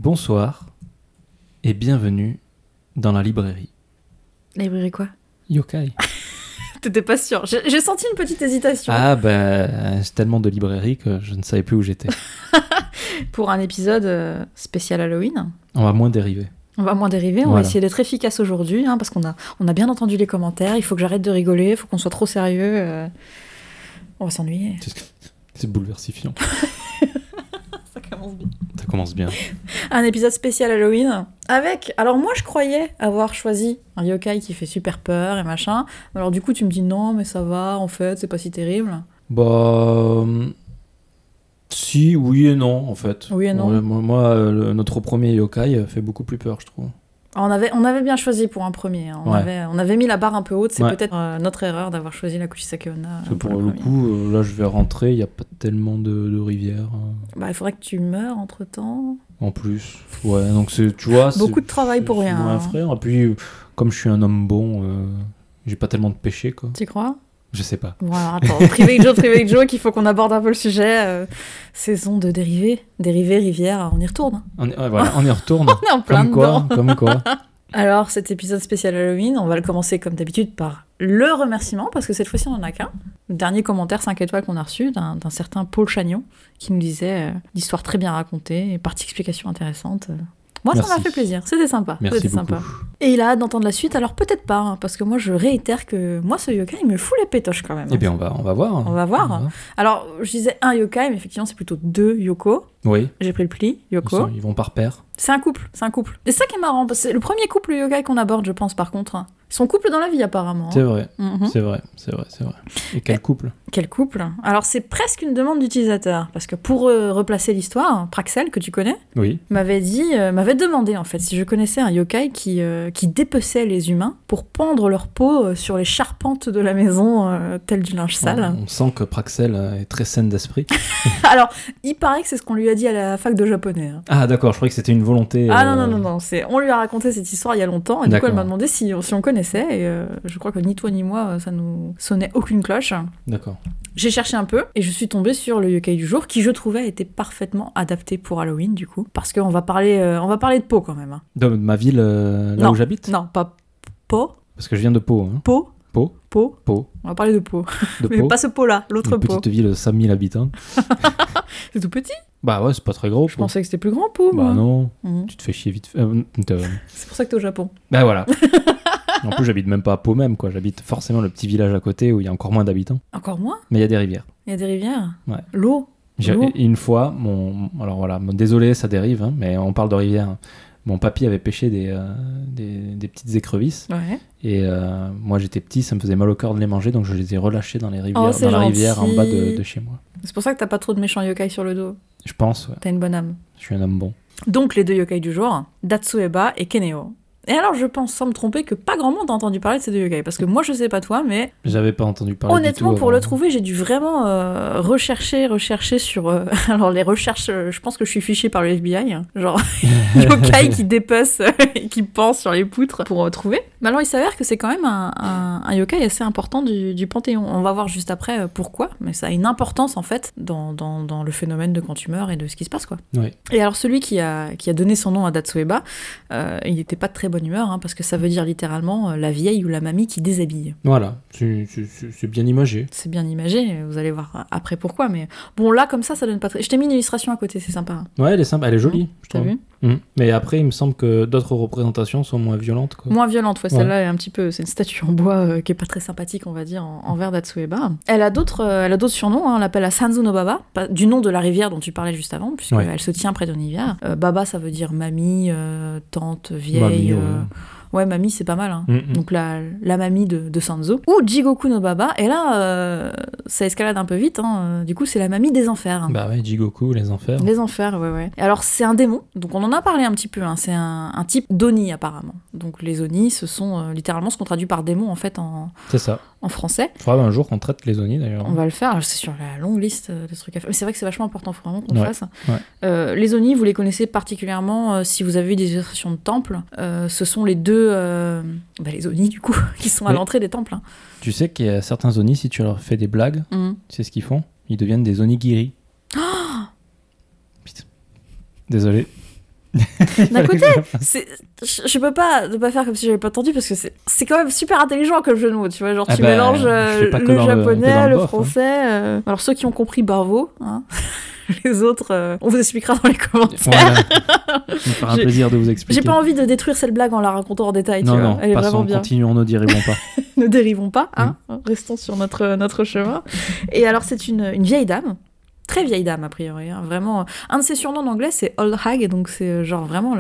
Bonsoir et bienvenue dans la librairie. La librairie quoi? Yokai. T'étais pas sûr. J'ai senti une petite hésitation. Ah ben, c'est tellement de librairies que je ne savais plus où j'étais. Pour un épisode spécial Halloween. On va moins dériver. On va moins dériver, on va essayer d'être efficace aujourd'hui, parce qu'on a bien entendu les commentaires, il faut que j'arrête de rigoler, il faut qu'on soit trop sérieux. On va s'ennuyer. C'est bouleversifiant. Ça commence bien. Ça commence bien. Un épisode spécial Halloween avec... Alors moi je croyais avoir choisi un yokai qui fait super peur et machin. Alors du coup tu me dis non mais ça va, en fait c'est pas si terrible. Bah... Si, oui et non en fait. Oui et non. Moi, notre premier yokai fait beaucoup plus peur je trouve. On avait bien choisi pour un premier. On avait mis la barre un peu haute. C'est peut-être notre erreur d'avoir choisi la Kuchisake Onna. Pour le coup, là, je vais rentrer. Il n'y a pas tellement de rivières. Bah, il faudrait que tu meurs entre-temps. En plus. Ouais, donc tu vois... Beaucoup de travail pour rien. C'est un frère. Et puis, comme je suis un homme bon, j'ai pas tellement de péché, quoi. Tu crois ? Je sais pas. Bon, alors attends. Private joke, il faut qu'on aborde un peu le sujet. Saison de dérivés, rivière, on y retourne. On y retourne. On est en plein dedans. Comme quoi. Alors, cet épisode spécial Halloween, on va le commencer comme d'habitude par le remerciement, parce que cette fois-ci, on n'en a qu'un. Le dernier commentaire 5 étoiles qu'on a reçu d'un certain Paul Chagnon, qui nous disait l'histoire très bien racontée, et partie explication intéressante. Moi, Merci. Ça m'a fait plaisir. C'était sympa. Merci beaucoup. Sympa. Et il a hâte d'entendre la suite. Alors peut-être pas, parce que moi, je réitère que moi, ce yokai, il me fout les pétoches quand même. Eh bien, on va voir. On va voir. Alors, je disais un yokai, mais effectivement, c'est plutôt 2 yoko. Oui. J'ai pris le pli, yoko. Ils vont par paire. C'est un couple. Et c'est ça qui est marrant, parce que c'est le premier couple yokai qu'on aborde, je pense, par contre. Ils sont couple dans la vie, apparemment. C'est vrai. Mm-hmm. C'est vrai. Et quel couple ? Quel couple ? Alors, c'est presque une demande d'utilisateur, parce que pour replacer l'histoire, Praxel, que tu connais, oui. m'avait demandé, en fait, si je connaissais un yokai qui dépeçait les humains pour pendre leur peau sur les charpentes de la maison, tel du linge sale. On sent que Praxel est très saine d'esprit. Alors, il paraît que c'est ce qu'on lui a dit à la fac de japonais. Ah, d'accord, je croyais que c'était une volonté... Ah non, on lui a raconté cette histoire il y a longtemps, et du coup, elle m'a demandé si on connaissait, et je crois que ni toi ni moi, ça nous sonnait aucune cloche. D'accord. J'ai cherché un peu, et je suis tombée sur le yokai du jour, qui je trouvais était parfaitement adapté pour Halloween, du coup, parce qu'on va parler de Pau, quand même. De ma ville, là où j'habite ? Non, pas Pau. Parce que je viens de Pau. Hein. Pau. Pau. On va parler de Pau. Mais pas ce Pau-là, l'autre Une Pau. petite ville de 5000 habitants. C'est tout petit. Bah ouais, c'est pas très gros. Je pensais que c'était plus grand, Pau. Bah non, Mmh. tu te fais chier vite. C'est pour ça que t'es au Japon. Bah voilà. En plus, j'habite même pas à Pau même, quoi. J'habite forcément le petit village à côté où il y a encore moins d'habitants. Encore moins ? Mais il y a des rivières. Il y a des rivières ? Ouais. L'eau ? Une fois, alors voilà, désolé, ça dérive, hein, mais on parle de rivière. Mon papy avait pêché des petites écrevisses. Ouais. Et moi, j'étais petit, ça me faisait mal au cœur de les manger, donc je les ai relâchés dans les rivières, c'est dans la gentil. rivière en bas de chez moi. C'est pour ça que t'as pas trop de méchants yokai sur le dos. Je pense, ouais. T'as une bonne âme. Je suis un homme bon. Donc les 2 yokai du jour, Datsueba et Keneo. Et alors je pense, sans me tromper, que pas grand monde a entendu parler de ces 2 yokai, parce que moi je sais pas toi, mais... J'avais pas entendu parler honnêtement, du tout pour avant. le trouver, j'ai dû vraiment rechercher sur... Alors les recherches, je pense que je suis fichée par le FBI, hein. Genre yokai qui dépecent et qui pensent sur les poutres pour trouver. Mais alors il s'avère que c'est quand même un yokai assez important du Panthéon. On va voir juste après pourquoi, mais ça a une importance en fait dans le phénomène de quand tu meurs et de ce qui se passe, quoi. Oui. Et alors celui qui a donné son nom à Datsueba, il n'était pas de très bonne humeur, hein, parce que ça veut dire littéralement la vieille ou la mamie qui déshabille. Voilà, c'est bien imagé. C'est bien imagé, vous allez voir après pourquoi, mais bon là comme ça donne pas très... Je t'ai mis une illustration à côté, c'est sympa. Hein. Ouais, elle est sympa, elle est jolie, je T'as trouve. vu ? Mais après, il me semble que d'autres représentations sont moins violentes, quoi. Moins violente, ouais, celle-là est un petit peu... C'est une statue en bois qui est pas très sympathique, on va dire, envers Datsueba. Elle a d'autres surnoms, hein, on l'appelle la Sanzu no Baba, du nom de la rivière dont tu parlais juste avant, puisqu'elle se tient près d'une rivière. Baba, ça veut dire mamie, tante, vieille... Mamie, ouais. Ouais, mamie, c'est pas mal. Hein. Donc la mamie de Sanzo. Ou Jigoku no Baba. Et là, ça escalade un peu vite. Hein. Du coup, c'est la mamie des enfers. Bah ouais, Jigoku, les enfers. Les enfers, ouais. Et alors, c'est un démon. Donc, on en a parlé un petit peu. Hein. C'est un type d'oni, apparemment. Donc, les oni, ce sont littéralement ce qu'on traduit par démon, en fait, c'est ça. En français. Il faudra un jour qu'on traite les oni, d'ailleurs. On va le faire. Alors, c'est sur la longue liste de trucs à faire. Mais c'est vrai que c'est vachement important. Il faut vraiment qu'on le fasse. Ouais. Les oni, vous les connaissez particulièrement si vous avez eu des illustrations de temples. Ce sont les 2... les oni, du coup, qui sont à l'entrée des temples. Hein. Tu sais qu'il y a certains oni, si tu leur fais des blagues, tu sais ce qu'ils font ? Ils deviennent des onigiri. Oh Putain. Désolé. D'un côté, je peux pas ne pas faire comme si j'avais pas entendu parce que c'est quand même super intelligent comme jeu de mots, tu vois, genre tu mélanges le japonais, le français. Alors ceux qui ont compris, bravo, hein. Les autres, on vous expliquera dans les commentaires. Voilà. Ça me fera un plaisir de vous expliquer. J'ai pas envie de détruire cette blague en la racontant en détail, tu vois. Non, elle est vraiment bien. Continuons, ne dérivons pas. Ne dérivons pas, hein. Restons sur notre chemin. Et alors c'est une vieille dame. Très vieille dame, a priori. Hein. Vraiment, un de ses surnoms en anglais, c'est Old Hag, donc c'est genre vraiment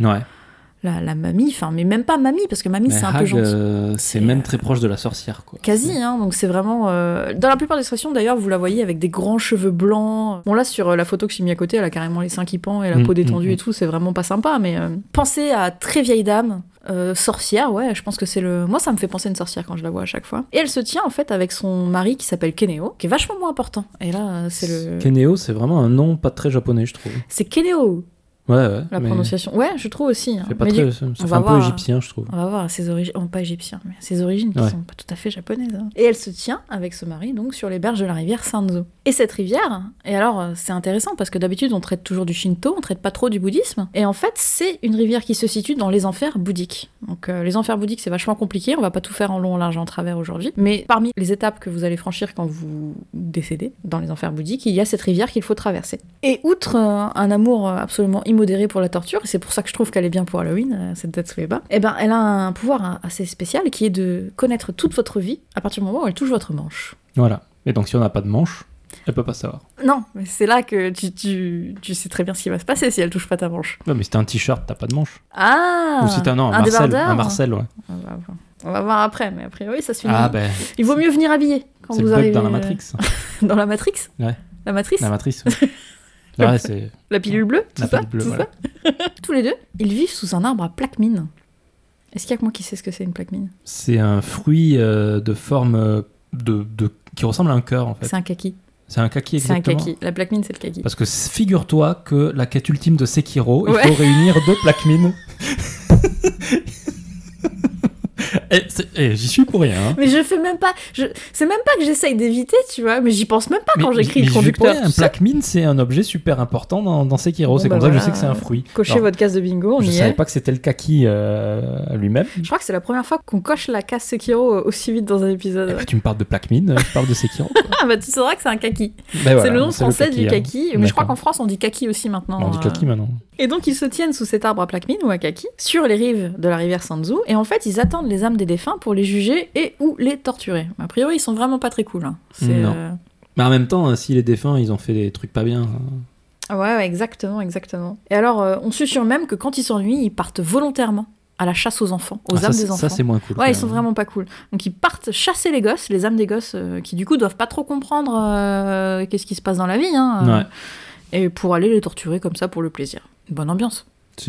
la mamie, enfin, mais même pas mamie, parce que mamie, c'est un peu gentil. C'est même très proche de la sorcière, quoi. Quasi, hein, donc c'est vraiment... Dans la plupart des expressions, d'ailleurs, vous la voyez avec des grands cheveux blancs. Bon, là, sur la photo que j'ai mis à côté, elle a carrément les seins qui pendent et la peau détendue et tout, c'est vraiment pas sympa, mais pensez à très vieille dame, sorcière, ouais, je pense que c'est le... Moi, ça me fait penser à une sorcière quand je la vois à chaque fois. Et elle se tient, en fait, avec son mari qui s'appelle Keneo, qui est vachement moins important. Et là, c'est le... Keneo, c'est vraiment un nom pas très japonais, je trouve. C'est Keneo. Ouais. La prononciation. Ouais, je trouve aussi. Hein. Ça fait un peu égyptien, je trouve. On va voir ses origines. Pas égyptien, mais ses origines qui sont pas tout à fait japonaises. Hein. Et elle se tient avec ce mari, donc, sur les berges de la rivière Sanzo. Et cette rivière, et alors, c'est intéressant parce que d'habitude, on traite toujours du Shinto, on traite pas trop du bouddhisme. Et en fait, c'est une rivière qui se situe dans les enfers bouddhiques. Donc, les enfers bouddhiques, c'est vachement compliqué. On va pas tout faire en long, en large, en travers aujourd'hui. Mais parmi les étapes que vous allez franchir quand vous décédez dans les enfers bouddhiques, il y a cette rivière qu'il faut traverser. Et outre un amour absolument immodéré pour la torture, et c'est pour ça que je trouve qu'elle est bien pour Halloween, cette Datsueba, et ben elle a un pouvoir assez spécial qui est de connaître toute votre vie à partir du moment où elle touche votre manche. Voilà. Et donc si on n'a pas de manche, elle peut pas savoir. Non, mais c'est là que tu sais très bien ce qui va se passer si elle touche pas ta manche. Non, mais si t'as un t-shirt, t'as pas de manche. Ah. Ou si t'as un Marcel, ouais. On va voir après, mais a priori ça se finit. Ah ben. Il vaut mieux venir habillé quand c'est vous le arrivez. Dans la Matrix. Dans la Matrix. Ouais. La Matrice. La Matrice. Ouais. Ouais, c'est... La pilule bleue, tout ça. Voilà. Tous les deux, ils vivent sous un arbre à plaque mine. Est-ce qu'il y a que moi qui sais ce que c'est une plaque mine ? C'est un fruit de forme qui ressemble à un cœur, en fait. C'est un kaki. C'est un kaki, exactement. C'est un kaki. La plaque mine, c'est le kaki. Parce que figure-toi que la quête ultime de Sekiro, il faut réunir 2 plaques mines. J'y suis pour rien. Hein. Mais je fais même pas. C'est même pas que j'essaye d'éviter, tu vois, mais j'y pense même pas quand j'écris le conducteur. Un plaque mine, c'est un objet super important dans Sekiro. Bon, c'est comme ça que je sais que c'est un fruit. Cochez votre case de bingo, on y est. Je savais pas que c'était le kaki lui-même. Je crois que c'est la première fois qu'on coche la case Sekiro aussi vite dans un épisode. Bah, tu me parles de plaque mine, je parle de Sekiro. Ah bah tu sauras que c'est un kaki. Voilà, c'est le nom français du kaki. Mais je crois qu'en France on dit kaki aussi maintenant. On dit kaki maintenant. Et donc ils se tiennent sous cet arbre à plaque mine ou à kaki sur les rives de la rivière Sanzu et en fait ils attendent les âmes des défunts pour les juger et ou les torturer. A priori ils sont vraiment pas très cool. Hein. Non. Mais en même temps, si les défunts ils ont fait des trucs pas bien. Ouais, exactement. Et alors on susurre même que quand ils s'ennuient ils partent volontairement à la chasse aux enfants, aux âmes des enfants. Ça, c'est moins cool. Ouais, ils sont vraiment pas cool. Donc, ils partent chasser les gosses, les âmes des gosses, qui du coup doivent pas trop comprendre qu'est-ce qui se passe dans la vie. Hein, et pour aller les torturer comme ça pour le plaisir. Une bonne ambiance.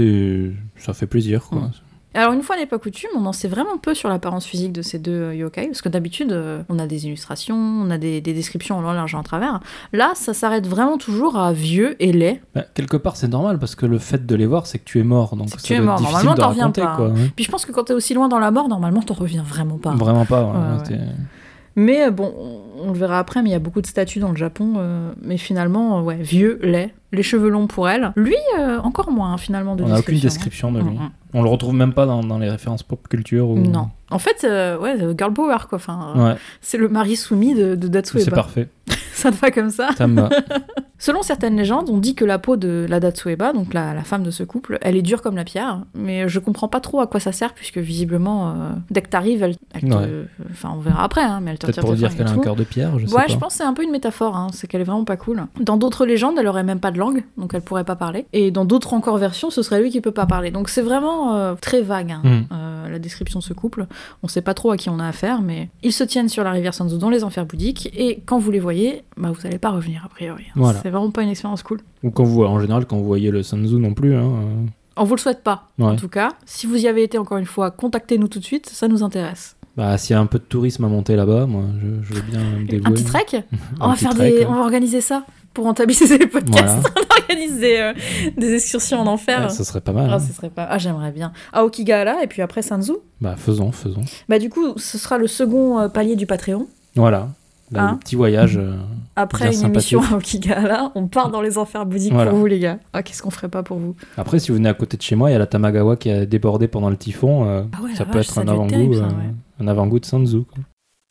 Ça fait plaisir, quoi. Alors, une fois n'est pas coutume, on en sait vraiment peu sur l'apparence physique de ces deux yokai, parce que d'habitude, on a des illustrations, on a des descriptions en long, large et en travers. Là, ça s'arrête vraiment toujours à vieux et laid. Bah, quelque part, c'est normal, parce que le fait de les voir, c'est que tu es mort. Donc tu es mort, normalement, t'en reviens pas. Quoi, hein. Puis je pense que quand t'es aussi loin dans la mort, normalement, t'en reviens vraiment pas. Vraiment pas, ouais. Mais bon, on le verra après, mais il y a beaucoup de statues dans le Japon. Mais finalement, vieux, laid, les cheveux longs pour elle. Lui, encore moins, hein, finalement, de description. On n'a aucune description de lui. On le retrouve même pas dans les références pop culture. Ou... Non. En fait, girl power, quoi. Enfin, c'est le mari soumis de Datsueba. C'est parfait. Ça te va comme ça ? Ça me va. Selon certaines légendes, on dit que la peau de la Datsueba, donc la femme de ce couple, elle est dure comme la pierre, mais je comprends pas trop à quoi ça sert, puisque visiblement, dès que t'arrives, elle te... Enfin, on verra après, hein, mais elle te retire tes fringues. Peut-être pour dire qu'elle a un cœur de pierre, je sais pas. Ouais, je pense que c'est un peu une métaphore, hein, c'est qu'elle est vraiment pas cool. Dans d'autres légendes, elle aurait même pas de langue, donc elle pourrait pas parler. Et dans d'autres encore versions, ce serait lui qui peut pas parler. Donc c'est vraiment très vague, hein, la description de ce couple. On sait pas trop à qui on a affaire, mais ils se tiennent sur la rivière Sanzu dans les enfers bouddhiques, et quand vous les voyez, bah vous allez pas revenir a priori. Voilà. C'est vraiment pas une expérience cool. Ou en général, quand vous voyez le Sanzu non plus. Hein, On vous le souhaite pas, en tout cas. Si vous y avez été encore une fois, contactez-nous tout de suite, ça nous intéresse. Bah, s'il y a un peu de tourisme à monter là-bas, moi, je veux bien me dévouer. Un petit trek on va organiser ça pour rentabiliser les podcasts. Voilà. On organise des excursions en enfer. Ouais, ça serait pas mal. J'aimerais bien. À Okigahara et puis après Sanzu. Bah, faisons. Bah, du coup, ce sera le second palier du Patreon. Voilà. le petit voyage. Après bien une émission sympathique. à Okigahara, on part dans les enfers bouddhiques Voilà. pour vous, les gars. Ah, qu'est-ce qu'on ferait pas pour vous? Après, si vous venez à côté de chez moi, il y a la Tamagawa qui a débordé pendant le typhon. Ah ouais, Ça la peut vache, être ça un a dû être avant-goût, terrible, ça, ouais. un avant-goût de Sanzu, quoi.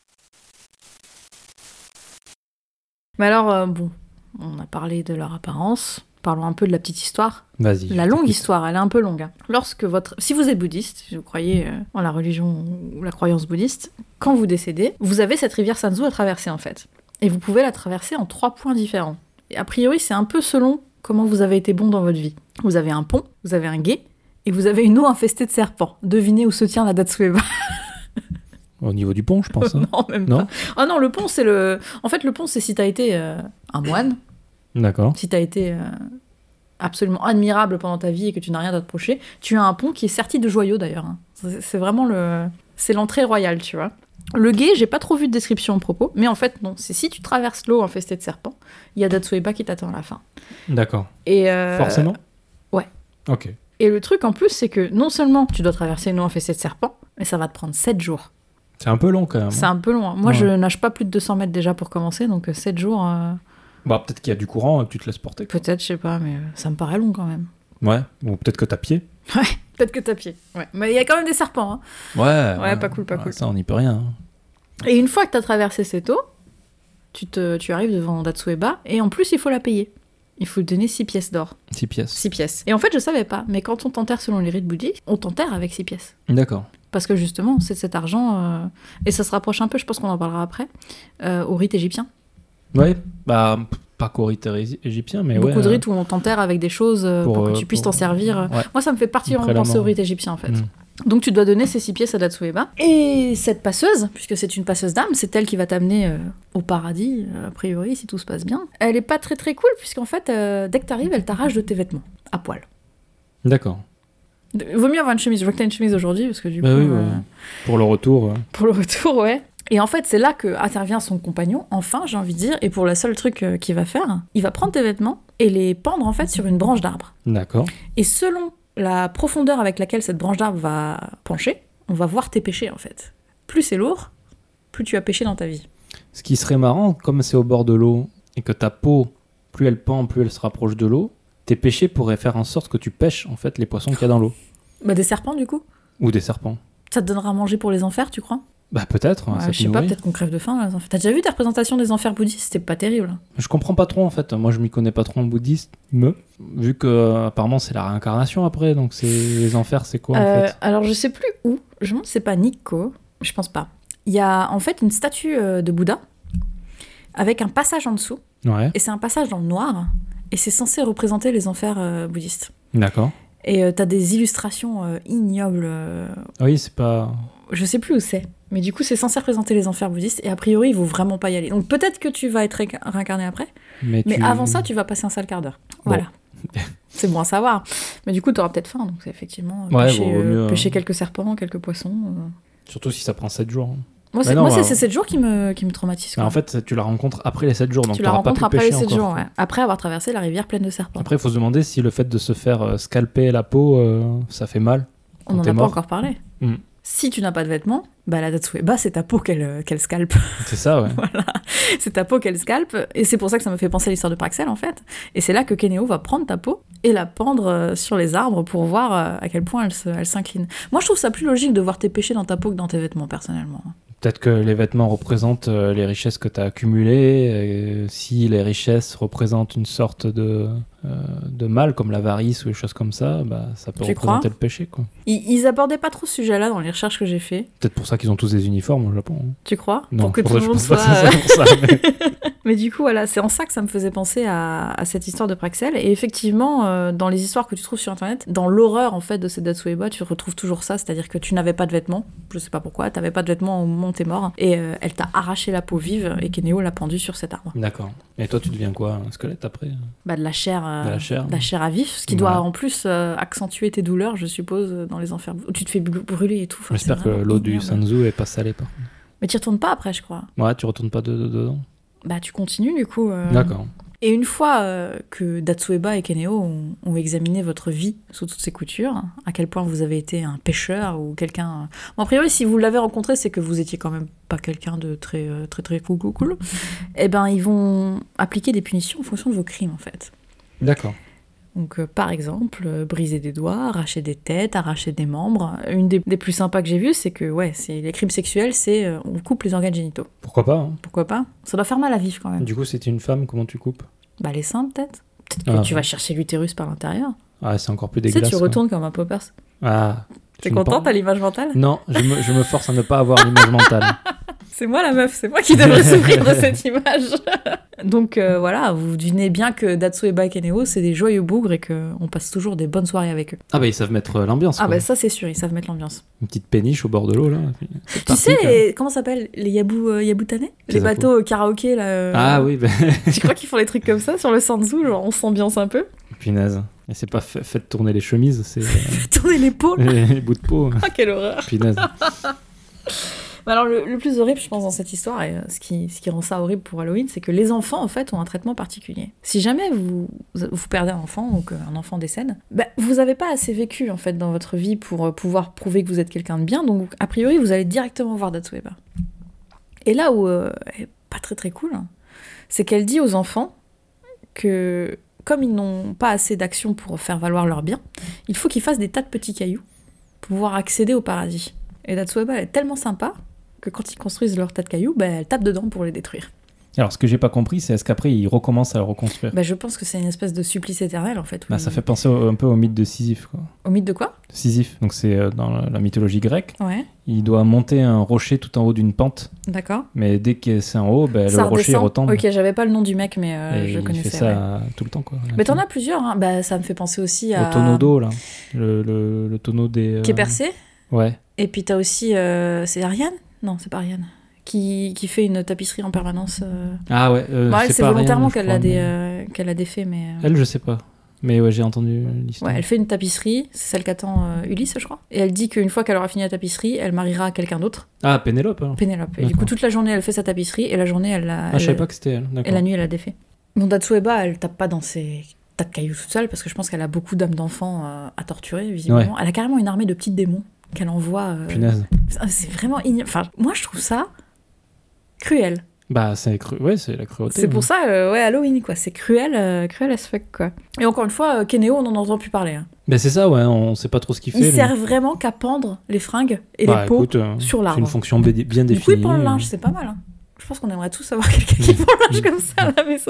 Mais alors, bon, on a parlé de leur apparence. Parlons un peu de la petite histoire. Vas-y. La je longue t'écoute. histoire, elle est un peu longue. Hein. Si vous êtes bouddhiste, si vous croyez en la religion ou la croyance bouddhiste, quand vous décédez, vous avez cette rivière Sanzu à traverser en fait. Et vous pouvez la traverser en 3 points différents. Et a priori, c'est un peu selon comment vous avez été bon dans votre vie. Vous avez un pont, vous avez un gué, et vous avez une eau infestée de serpents. Devinez où se tient la Datsueba. Au niveau du pont, je pense. Hein. Non, même Non pas. Ah non, le pont, c'est le... En fait, le pont, c'est si t'as été un moine, D'accord. si t'as été absolument admirable pendant ta vie et que tu n'as rien à te reprocher, tu as un pont qui est serti de joyaux d'ailleurs. Hein. C'est vraiment le... C'est l'entrée royale, tu vois. Le gué, j'ai pas trop vu de description à propos, mais en fait, non. C'est si tu traverses l'eau infestée de serpents, il y a Datsueba qui t'attend à la fin. D'accord. Et Forcément ouais. Ok. Et le truc en plus, c'est que non seulement tu dois traverser une eau infestée de serpents, mais ça va te prendre 7 jours. C'est un peu long quand même. C'est un peu long. Hein. Moi, Ouais. je nage pas plus de 200 mètres déjà pour commencer, donc 7 jours, Bah, peut-être qu'il y a du courant et que tu te laisses porter. quoi. peut-être, je sais pas, mais ça me paraît long quand même. Ouais. Ou peut-être que t'as pied. Ouais, peut-être que t'as pied. Ouais. Mais il y a quand même des serpents. Hein. Ouais. pas cool, pas cool. Ça, on n'y peut rien. Hein. Et une fois que t'as traversé cette eau, tu arrives devant Datsueba, et en plus, il faut la payer. Il faut donner 6 pièces d'or. 6 pièces. 6 pièces. Et en fait, je savais pas, mais quand on t'enterre selon les rites bouddhiques, on t'enterre avec 6 pièces. D'accord. Parce que justement, c'est cet argent, et ça se rapproche un peu, je pense qu'on en parlera après, au rite égyptien. Ouais. Bah, pas qu'au rite égyptien, mais Beaucoup ouais. de rites où on t'enterre avec des choses pour que tu puisses t'en servir. Ouais. Moi, ça me fait particulièrement penser au Prélèvement. rite égyptien, en fait. Mm. Donc tu dois donner ces 6 pièces à Datsueba. Et cette passeuse, puisque c'est une passeuse d'âme, c'est elle qui va t'amener au paradis, a priori, si tout se passe bien. Elle est pas très très cool, puisqu'en fait, dès que t'arrives, elle t'arrache de tes vêtements, à poil. D'accord. Vaut mieux avoir une chemise. Je vois que t'as une chemise aujourd'hui, parce que du Bah coup... oui, ouais. Pour le retour. Pour le retour, ouais. Et en fait, c'est là que intervient son compagnon, enfin, j'ai envie de dire, et pour le seul truc qu'il va faire, il va prendre tes vêtements et les pendre, en fait, sur une branche d'arbre. D'accord. Et selon la profondeur avec laquelle cette branche d'arbre va pencher, on va voir tes péchés, en fait. Plus c'est lourd, plus tu as péché dans ta vie. Ce qui serait marrant, comme c'est au bord de l'eau et que ta peau, plus elle pend, plus elle se rapproche de l'eau, tes péchés pourraient faire en sorte que tu pêches en fait les poissons qu'il y a dans l'eau. Bah, des serpents, du coup. Ou des serpents. Ça te donnera à manger pour les enfers, tu crois? Bah peut-être, Ouais, ça je te sais pas, nourrit. peut-être qu'on crève de faim, là, les enfers. T'as déjà vu des représentations des enfers bouddhistes? C'était pas terrible. Je comprends pas trop en fait, moi je m'y connais pas trop en bouddhisme, vu que apparemment c'est la réincarnation après, donc c'est les enfers c'est quoi en fait? Alors, je sais plus où. Je me demande si c'est pas Nikko. Je pense pas. Il y a en fait une statue de Bouddha avec un passage en dessous. Ouais, Et c'est un passage dans le noir. Et c'est censé représenter les enfers bouddhistes. d'accord. Et t'as des illustrations ignobles. Ah oui, c'est pas... Je sais plus où c'est. Mais du coup, c'est censé représenter les enfers bouddhistes. Et a priori, il faut vraiment pas y aller. Donc peut-être que tu vas être réincarné après. Mais tu- avant ça, tu vas passer un sale quart d'heure. Voilà. C'est bon à savoir. Mais du coup, t'auras peut-être faim. Donc c'est effectivement Ouais, pêcher, vaut mieux, pêcher quelques serpents, quelques poissons. Surtout si ça prend 7 jours. hein. Moi, Bah non, moi, bah- c'est 7 jours qui me traumatisent. Mais quoi. en fait, tu la rencontres après les 7 jours, donc tu la t'auras pas rencontres pu après pêcher les 7 encore. jours, ouais. Après avoir traversé la rivière pleine de serpents. Après, il faut se demander si le fait de se faire scalper la peau, ça fait mal. On quand n'en t'es a pas mort. encore parlé. Mm. Si tu n'as pas de vêtements, bah la Datsueba, c'est ta peau qu'elle scalpe. C'est ça, ouais. Voilà, c'est ta peau qu'elle scalpe. Et c'est pour ça que ça me fait penser à l'histoire de Praxel, en fait. Et c'est là que Keneo va prendre ta peau et la pendre sur les arbres pour voir à quel point elle s'incline. Moi, je trouve ça plus logique de voir tes péchés dans ta peau que dans tes vêtements, personnellement. Peut-être que les vêtements représentent les richesses que tu as accumulées. Et si les richesses représentent une sorte de mal, comme l'avarice ou des choses comme ça, bah, ça peut Tu représenter crois le péché. Quoi. Ils abordaient pas trop ce sujet-là dans les recherches que j'ai fait. Peut-être pour ça qu'ils ont tous des uniformes au Japon. hein. Tu crois? Non, Pour que pour tout ça, le monde je pense soit... pas que c'est pour ça. Mais... Mais du coup, voilà, c'est en ça que ça me faisait penser à cette histoire de Praxel. Et effectivement, dans les histoires que tu trouves sur Internet, dans l'horreur, en fait, de cette Datsueba, tu retrouves toujours ça. C'est-à-dire que tu n'avais pas de vêtements. Je sais pas pourquoi. T'avais pas de vêtements au moment où t'es mort. Et elle t'a arraché la peau vive et Keneo l'a pendue sur cet arbre. D'accord. Et toi, tu deviens quoi? Un squelette après? Bah, de la chair De la chair. à vif. Ce qui Ouais. doit, en plus, accentuer tes douleurs, je suppose, dans les enfers. Où tu te fais brûler et tout. Enfin, J'espère c'est que vraiment l'eau du ignoble. Sanzu est pas salée par contre. Mais t'y retournes pas après, je crois. Ouais, tu retournes pas dedans. Bah, tu continues, du coup. D'accord. Et une fois que Datsueba et Keneo ont examiné votre vie sous toutes ses coutures, à quel point vous avez été un pêcheur ou quelqu'un... Bon, a priori, si vous l'avez rencontré, c'est que vous étiez quand même pas quelqu'un de très cool. Eh ben, ils vont appliquer des punitions en fonction de vos crimes, en fait. D'accord. Donc, par exemple, briser des doigts, arracher des têtes, arracher des membres. Une des plus sympas que j'ai vues, c'est que, c'est les crimes sexuels, c'est on coupe les organes génitaux. Pourquoi pas, hein. Pourquoi pas ? Ça doit faire mal à vivre, quand même. Du coup, c'était une femme, comment tu coupes ? Bah, les seins, peut-être. Peut-être que tu vas chercher l'utérus par l'intérieur. Ah, c'est encore plus Tu sais, dégueulasse. tu retournes comme un poppers. Ah. T'es content, t'as l'image mentale ? Non, je me force à ne pas avoir l'image mentale. C'est moi la meuf, c'est moi qui devrais souffrir de cette image. Donc voilà, vous devinez bien que Datsueba et Keneo, c'est des joyeux bougres et qu'on passe toujours des bonnes soirées avec eux. Ah bah ils savent mettre l'ambiance. Ah bah ça c'est sûr, ils savent mettre l'ambiance. Une petite péniche au bord de l'eau là. Tu sais, comment ça s'appelle ? Les yabutane ? Les bateaux karaoké là. Ah oui. Bah... Tu crois qu'ils font des trucs comme ça sur le Sanzu, genre on s'ambiance un peu ? Punaise. Et c'est pas fait tourner les chemises, c'est... tourner les peaux. Les bouts de peau. Ah quelle horreur. Punaise. Alors le plus horrible, je pense, dans cette histoire, et ce qui rend ça horrible pour Halloween, c'est que les enfants, en fait, ont un traitement particulier. Si jamais vous perdez un enfant, ou qu'un enfant décède, vous n'avez pas assez vécu, en fait, dans votre vie pour pouvoir prouver que vous êtes quelqu'un de bien, donc, a priori, vous allez directement voir Datsueba. Et là où elle est pas très très cool, c'est qu'elle dit aux enfants que, comme ils n'ont pas assez d'action pour faire valoir leur bien, il faut qu'ils fassent des tas de petits cailloux pour pouvoir accéder au paradis. Et Datsueba, elle est tellement sympa que quand ils construisent leur tas de cailloux, elle tape dedans pour les détruire. Alors, ce que j'ai pas compris, c'est est-ce qu'après, ils recommencent à le reconstruire ? Je pense que c'est une espèce de supplice éternel, en fait. Ça fait penser un peu au mythe de Sisyphe, quoi. Au mythe de quoi ? Sisyphe, donc c'est dans la mythologie grecque. Ouais. Il doit monter un rocher tout en haut d'une pente. D'accord. Mais dès que c'est en haut, le rocher retombe. Ok, j'avais pas le nom du mec, mais je connaissais. Il fait ça tout le temps, quoi. Mais t'en as plusieurs, hein. Ça me fait penser aussi à... Au tonneau d'eau, là. Le tonneau des... Qui est percé ? Ouais. Et puis t'as aussi... c'est Ariane ? Non, c'est pas Ariane. Qui fait une tapisserie en permanence. Ah ouais, c'est pas volontairement qu'elle l'a défait, mais... Elle, je sais pas. Mais ouais, j'ai entendu l'histoire. Ouais, elle fait une tapisserie, c'est celle qu'attend Ulysse, je crois. Et elle dit qu'une fois qu'elle aura fini la tapisserie, elle mariera quelqu'un d'autre. Ah, Pénélope, alors. Pénélope. Et du coup, toute la journée, elle fait sa tapisserie, et la journée, elle la... Ah, je savais pas que c'était elle, d'accord. Et la nuit, elle la défait. Bon, Datsueba, elle tape pas dans ses tas de cailloux toute seule, parce que je pense qu'elle a beaucoup d'âmes d'enfants à torturer, visiblement. Ouais. Elle a carrément une armée de petits démons qu'elle envoie... Punaise. C'est vraiment... Enfin, moi, je trouve ça... cruel. C'est la cruauté. C'est pour ça, Halloween, quoi. C'est cruel as fuck, quoi. Et encore une fois, Keneo, on n'en entend plus parler. Hein. C'est ça, ouais, on sait pas trop ce qu'il fait. Il sert vraiment qu'à pendre les fringues et les peaux sur l'arbre. C'est une fonction bien définie. Du coup, il pend le linge, c'est pas mal. Hein. Je pense qu'on aimerait tous avoir quelqu'un qui pend le linge comme ça à la maison.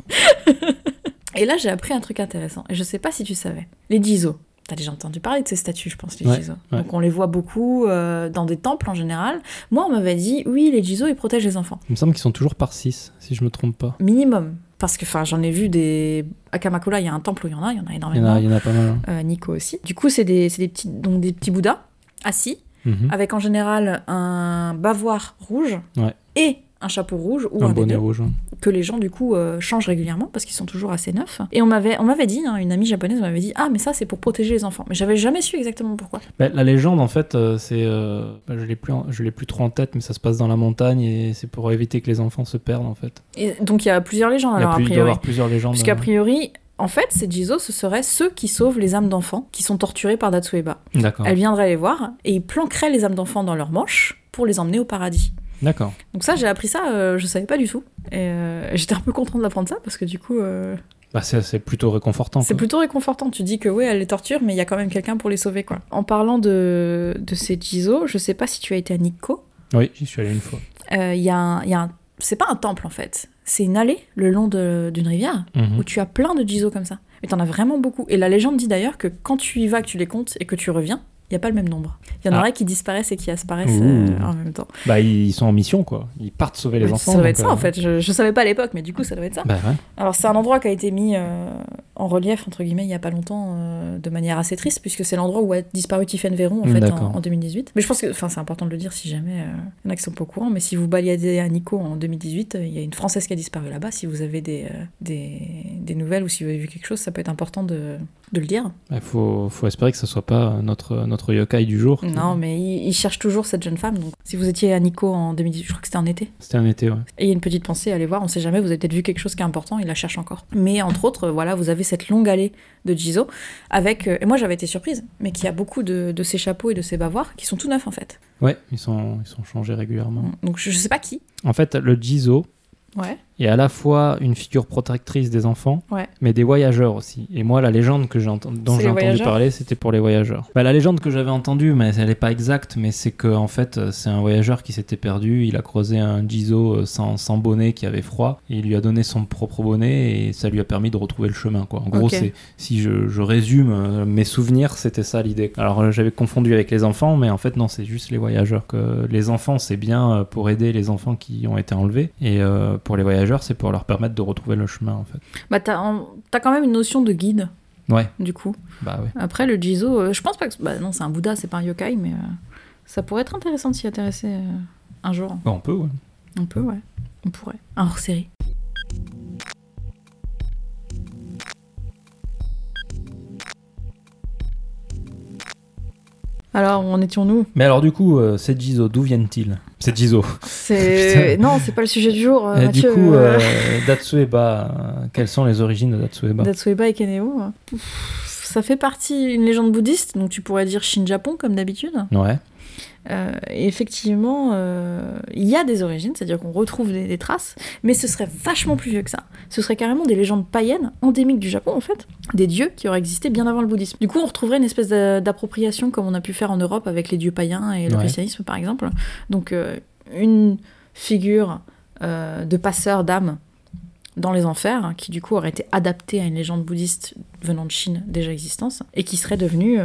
Et là, j'ai appris un truc intéressant. Et je sais pas si tu savais. Les Jizo. T'as déjà entendu parler de ces statues, je pense, les Jizo. Ouais. Donc on les voit beaucoup dans des temples en général. Moi, on m'avait dit, oui, les Jizo, ils protègent les enfants. Il me semble qu'ils sont toujours par 6, si je me trompe pas. Minimum. Parce que j'en ai vu des... À Kamakura, il y a un temple où il y en a énormément. Il y en a pas mal. Nico aussi. Du coup, c'est des petits bouddhas assis, avec en général un bavoir rouge et un chapeau rouge ou un bonnet rouge. Que les gens, du coup, changent régulièrement parce qu'ils sont toujours assez neufs. Et on m'avait dit, une amie japonaise m'avait dit, ah, mais ça, c'est pour protéger les enfants. Mais j'avais jamais su exactement pourquoi. La légende, en fait, c'est... je l'ai plus trop en tête, mais ça se passe dans la montagne et c'est pour éviter que les enfants se perdent, en fait. Et donc, il y a plusieurs légendes, alors, a priori. Il doit y avoir plusieurs légendes. Puisqu'a priori... En fait, ces Jizo, ce seraient ceux qui sauvent les âmes d'enfants qui sont torturées par Datsueba. D'accord. Elle viendrait les voir et ils planqueraient les âmes d'enfants dans leurs manches pour les emmener au paradis. D'accord. Donc ça, j'ai appris ça, je savais pas du tout. Et j'étais un peu contente d'apprendre ça parce que du coup... c'est plutôt réconfortant. C'est plutôt réconfortant. Tu dis que elle les torture, mais il y a quand même quelqu'un pour les sauver, quoi. En parlant de ces Jizo, je sais pas si tu as été à Nikko. Oui, j'y suis allé une fois. Il y a un... C'est pas un temple, en fait. C'est une allée le long d'une rivière où tu as plein de Jizo comme ça. Mais t'en as vraiment beaucoup. Et la légende dit d'ailleurs que quand tu y vas, que tu les comptes et que tu reviens, il n'y a pas le même nombre. Il y en aurait qui disparaissent et qui apparaissent en même temps. Ils sont en mission, quoi. Ils partent sauver les enfants. Ça doit être ça, en fait. Je savais pas à l'époque, mais du coup, ça doit être ça. Ouais. Alors, c'est un endroit qui a été mis en relief, entre guillemets, il y a pas longtemps, de manière assez triste, puisque c'est l'endroit où a disparu Tiffaine Véron, en fait, en 2018. Mais je pense que, enfin, c'est important de le dire si jamais il y en a qui sont pas au courant, mais si vous baladez à Nikko en 2018, il y a une Française qui a disparu là-bas. Si vous avez des nouvelles ou si vous avez vu quelque chose, ça peut être important de le dire. Il faut espérer que ce soit pas notre yokai du jour. Non, mais il cherche toujours cette jeune femme. Donc, si vous étiez à Nikko en 2018, je crois que c'était en été. C'était un été, ouais. Et il y a une petite pensée, allez voir, on sait jamais, vous avez peut-être vu quelque chose qui est important, il la cherche encore. Mais entre autres, voilà, vous avez cette longue allée de Jizo, avec, et moi j'avais été surprise, mais qui a beaucoup de ces chapeaux et de ces bavoirs qui sont tout neufs en fait. Ouais, ils sont changés régulièrement. Donc je sais pas qui. En fait, le Jizo Ouais. est à la fois une figure protectrice des enfants, Ouais. mais des voyageurs aussi. Et moi, la légende dont j'ai entendu parler, c'était pour les voyageurs. Bah, la légende que j'avais entendue, mais elle n'est pas exacte, mais c'est que en fait, c'est un voyageur qui s'était perdu. Il a croisé un Jizo sans bonnet qui avait froid, et il lui a donné son propre bonnet, et ça lui a permis de retrouver le chemin, quoi. En gros, si je résume mes souvenirs, c'était ça l'idée. Alors, j'avais confondu avec les enfants, mais en fait, non, c'est juste les voyageurs. Que les enfants, c'est bien pour aider les enfants qui ont été enlevés, et pour les voyageurs, c'est pour leur permettre de retrouver le chemin, en fait. Bah, t'as quand même une notion de guide. Ouais. Du coup. Bah ouais. Après, le Jizo, je pense pas que... Bah non, c'est un Bouddha, c'est pas un yokai, mais ça pourrait être intéressant de s'y intéresser un jour. Bah, on peut, ouais. On peut, ouais. On pourrait. Un hors-série. Alors, où en étions-nous ? Mais alors, du coup, ces Jizo, d'où viennent-ils ? C'est Jizo. Non, c'est pas le sujet du jour, Mathieu. Du coup, Datsueba, quelles sont les origines de Datsueba ? Datsueba et Kaneo, ça fait partie d'une légende bouddhiste, donc tu pourrais dire Shin-Japon, comme d'habitude. Ouais. Et effectivement, il y a des origines, c'est-à-dire qu'on retrouve des traces, mais ce serait vachement plus vieux que ça. Ce serait carrément des légendes païennes, endémiques du Japon en fait, des dieux qui auraient existé bien avant le bouddhisme. Du coup, on retrouverait une espèce d'appropriation comme on a pu faire en Europe avec les dieux païens et le christianisme par exemple. Donc une figure de passeur d'âme dans les enfers, qui du coup aurait été adaptée à une légende bouddhiste venant de Chine déjà existante, et qui serait devenue...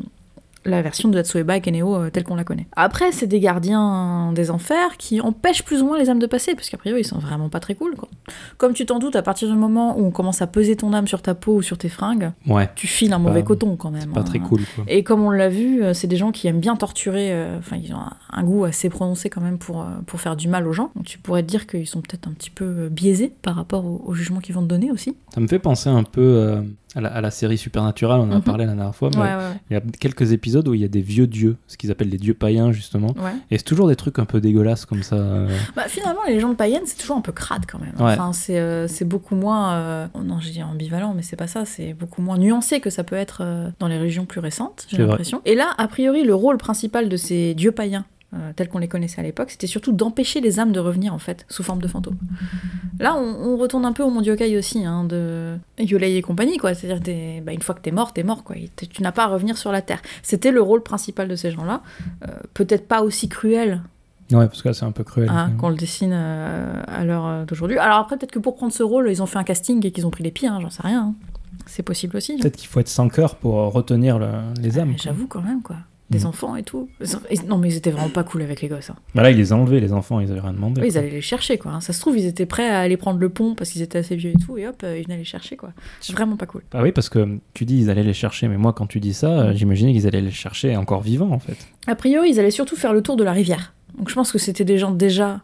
la version de Datsueba et Kaneo telle qu'on la connaît. Après, c'est des gardiens des enfers qui empêchent plus ou moins les âmes de passer, parce qu'a priori, ils sont vraiment pas très cool, quoi. Comme tu t'en doutes, à partir du moment où on commence à peser ton âme sur ta peau ou sur tes fringues, tu files un mauvais coton, quand même. C'est pas très cool, quoi. Et comme on l'a vu, c'est des gens qui aiment bien torturer, enfin, ils ont un goût assez prononcé, quand même, pour faire du mal aux gens. Donc tu pourrais te dire qu'ils sont peut-être un petit peu biaisés par rapport au jugement qu'ils vont te donner, aussi. Ça me fait penser un peu... à la série Supernatural, on en a parlé la dernière fois, mais il y a quelques épisodes où il y a des vieux dieux, ce qu'ils appellent des dieux païens justement, et c'est toujours des trucs un peu dégueulasses comme ça. Bah, finalement, les légendes païennes, c'est toujours un peu crade quand même. Enfin, c'est beaucoup moins, non, je dis ambivalent, mais c'est pas ça, c'est beaucoup moins nuancé que ça peut être dans les religions plus récentes, j'ai l'impression. Et là, a priori, le rôle principal de ces dieux païens, tels qu'on les connaissait à l'époque, c'était surtout d'empêcher les âmes de revenir en fait, sous forme de fantômes. Là, on retourne un peu au monde yokai aussi, hein, de Yolei et compagnie, quoi. C'est-à-dire, une fois que t'es mort, quoi. Tu n'as pas à revenir sur la Terre. C'était le rôle principal de ces gens-là. Peut-être pas aussi cruel. Ouais, parce que là, c'est un peu cruel. Qu'on le dessine à l'heure d'aujourd'hui. Alors après, peut-être que pour prendre ce rôle, ils ont fait un casting et qu'ils ont pris les pieds, hein, j'en sais rien. Hein. C'est possible aussi. Peut-être qu'il faut être sans cœur pour retenir les âmes. J'avoue quand même, quoi. Des enfants et tout. Non, mais ils étaient vraiment pas cool avec les gosses. Hein. Bah là, ils les ont enlevés, les enfants, ils avaient rien demandé. Oui, ils allaient les chercher, quoi. Ça se trouve, ils étaient prêts à aller prendre le pont parce qu'ils étaient assez vieux et tout, et hop, ils venaient les chercher, quoi. C'est vraiment pas cool. Bah oui, parce que tu dis ils allaient les chercher, mais moi, quand tu dis ça, j'imaginais qu'ils allaient les chercher encore vivants, en fait. A priori, ils allaient surtout faire le tour de la rivière. Donc je pense que c'était des gens déjà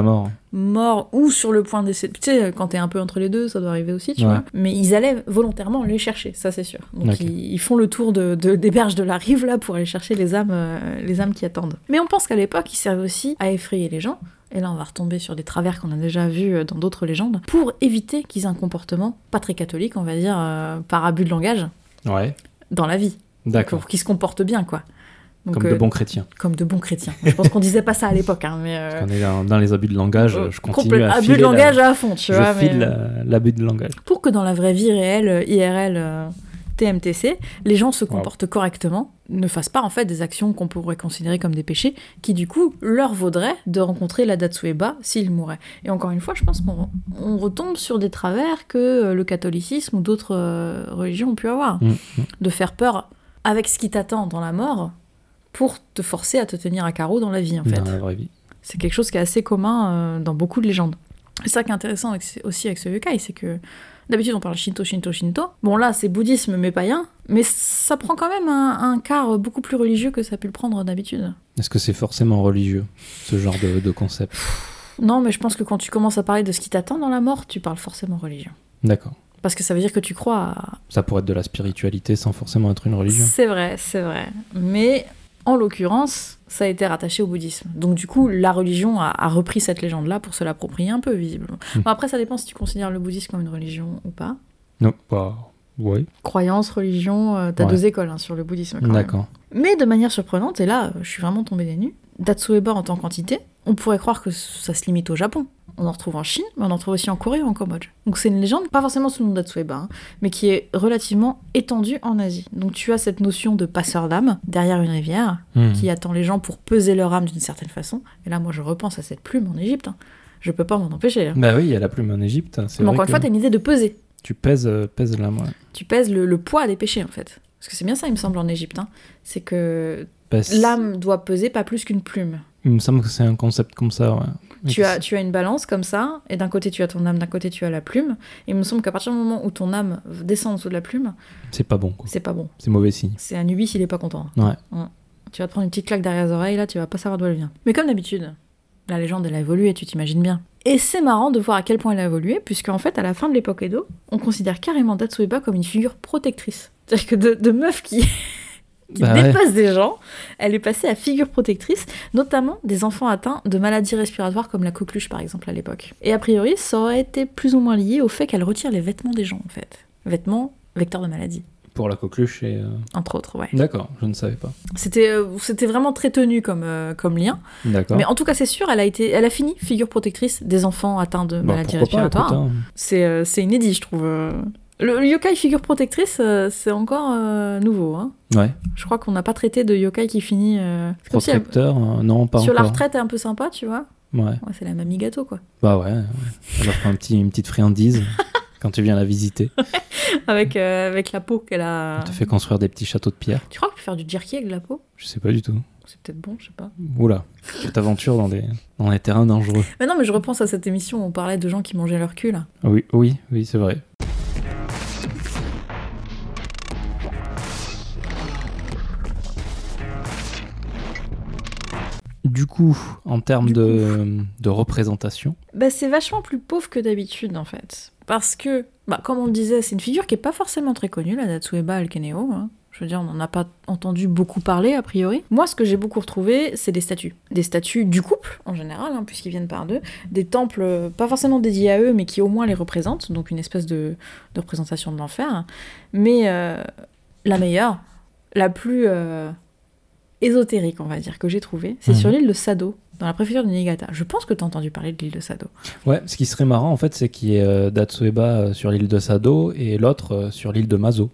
morts ou sur le point d'essayer. Tu sais, quand t'es un peu entre les deux, ça doit arriver aussi, tu vois. Mais ils allaient volontairement les chercher, ça c'est sûr. Donc ils font le tour des berges de la rive là pour aller chercher les âmes qui attendent. Mais on pense qu'à l'époque, ils servaient aussi à effrayer les gens. Et là, on va retomber sur des travers qu'on a déjà vus dans d'autres légendes, pour éviter qu'ils aient un comportement pas très catholique, on va dire, par abus de langage, dans la vie. D'accord. Pour qu'ils se comportent bien, quoi. Donc, comme de bons chrétiens. Comme de bons chrétiens. Je pense qu'on disait pas ça à l'époque, hein, mais... Parce qu'on est dans les abus de langage, je continue à filer... Abus de langage à fond, tu vois. Je file l'abus de langage. Pour que dans la vraie vie réelle, IRL, TMTC, les gens se comportent correctement, ne fassent pas en fait des actions qu'on pourrait considérer comme des péchés, qui du coup leur vaudraient de rencontrer la Datsueba s'ils mouraient. Et encore une fois, je pense qu'on retombe sur des travers que le catholicisme ou d'autres religions ont pu avoir. De faire peur avec ce qui t'attend dans la mort, pour te forcer à te tenir à carreau dans la vie, en fait. Dans la vraie vie. C'est quelque chose qui est assez commun dans beaucoup de légendes. C'est ça qui est intéressant aussi avec ce yokai, c'est que D'habitude, on parle Shinto. Bon, là, c'est bouddhisme, mais païen. Mais ça prend quand même un quart beaucoup plus religieux que ça a pu le prendre d'habitude. Est-ce que c'est forcément religieux, ce genre de concept ? Non, mais je pense que quand tu commences à parler de ce qui t'attend dans la mort, tu parles forcément religion. D'accord. Parce que ça veut dire que tu crois à... Ça pourrait être de la spiritualité sans forcément être une religion. C'est vrai. Mais en l'occurrence, ça a été rattaché au bouddhisme. Donc du coup, la religion a repris cette légende-là pour se l'approprier un peu, visiblement. Bon, après, ça dépend si tu considères le bouddhisme comme une religion ou pas. Non, pas... Ouais. Croyance, religion, t'as 2 écoles sur le bouddhisme. D'accord. Mais de manière surprenante, et là, je suis vraiment tombée des nues, Datsueba en tant qu'entité, on pourrait croire que ça se limite au Japon. On en retrouve en Chine, mais on en trouve aussi en Corée ou en Cambodge. Donc c'est une légende, pas forcément sous le nom d'Atsueba, mais qui est relativement étendue en Asie. Donc tu as cette notion de passeur d'âme derrière une rivière, qui attend les gens pour peser leur âme d'une certaine façon. Et là, moi, je repense à cette plume en Égypte. Je peux pas m'en empêcher. Bah oui, il y a la plume en Égypte. Mais encore une fois, t'as une idée de peser. Tu pèses l'âme, ouais. Tu pèses le poids des péchés, en fait. Parce que c'est bien ça, il me semble, en Égypte. C'est que l'âme doit peser pas plus qu'une plume. Il me semble que c'est un concept comme ça, ouais. Tu as une balance comme ça, et d'un côté tu as ton âme, d'un côté tu as la plume. Et il me semble qu'à partir du moment où ton âme descend en dessous de la plume... C'est pas bon, quoi. C'est pas bon. C'est mauvais signe. C'est Anubis, il est pas content. Ouais. Tu vas te prendre une petite claque derrière les oreilles, là, tu vas pas savoir d'où elle vient. Mais comme d'habitude, la légende, elle a évolué, tu t'imagines bien. Et c'est marrant de voir à quel point elle a évolué, puisqu'en fait, à la fin de l'époque Edo, on considère carrément Datsueba comme une figure protectrice. C'est-à-dire que de meuf qui dépasse des gens, elle est passée à figure protectrice, notamment des enfants atteints de maladies respiratoires comme la coqueluche, par exemple, à l'époque. Et a priori, ça aurait été plus ou moins lié au fait qu'elle retire les vêtements des gens, en fait. Vêtements, vecteurs de maladie. Pour la coqueluche et... Entre autres, ouais. D'accord, je ne savais pas. C'était vraiment très tenu comme lien. D'accord. Mais en tout cas, c'est sûr, elle a fini figure protectrice des enfants atteints de maladies respiratoires. Pas, c'est inédit, je trouve. Le yokai figure protectrice, c'est encore nouveau. Hein. Ouais. Je crois qu'on n'a pas traité de yokai qui finit... Protecteur, non, pas sur encore. la retraite, est un peu sympa, tu vois. Ouais. C'est la mamie gâteau, quoi. Bah ouais. Elle leur fait une petite friandise quand tu viens la visiter. avec la peau qu'elle a... Elle te fait construire des petits châteaux de pierre. Tu crois qu'on peut faire du jerky avec de la peau ? Je sais pas du tout. C'est peut-être bon, je sais pas. Oula, tu t'aventures dans des terrains dangereux. Mais non, mais je repense à cette émission où on parlait de gens qui mangeaient leur cul, là. Oui, c'est vrai. Du coup, en termes de représentation... c'est vachement plus pauvre que d'habitude, en fait. Parce que, comme on le disait, c'est une figure qui est pas forcément très connue, la Datsueba Alkeneo. Hein. Je veux dire, on n'en a pas entendu beaucoup parler, a priori. Moi, ce que j'ai beaucoup retrouvé, c'est des statues. Des statues du couple, en général, puisqu'ils viennent par deux. Des temples, pas forcément dédiés à eux, mais qui au moins les représentent. Donc une espèce de représentation de l'enfer. Mais la meilleure, la plus... ésotérique, on va dire, que j'ai trouvé, c'est sur l'île de Sado, dans la préfecture de Niigata. Je pense que t'as entendu parler de l'île de Sado. Ouais, ce qui serait marrant, en fait, c'est qu'il y ait Datsueba sur l'île de Sado et l'autre sur l'île de Mazo.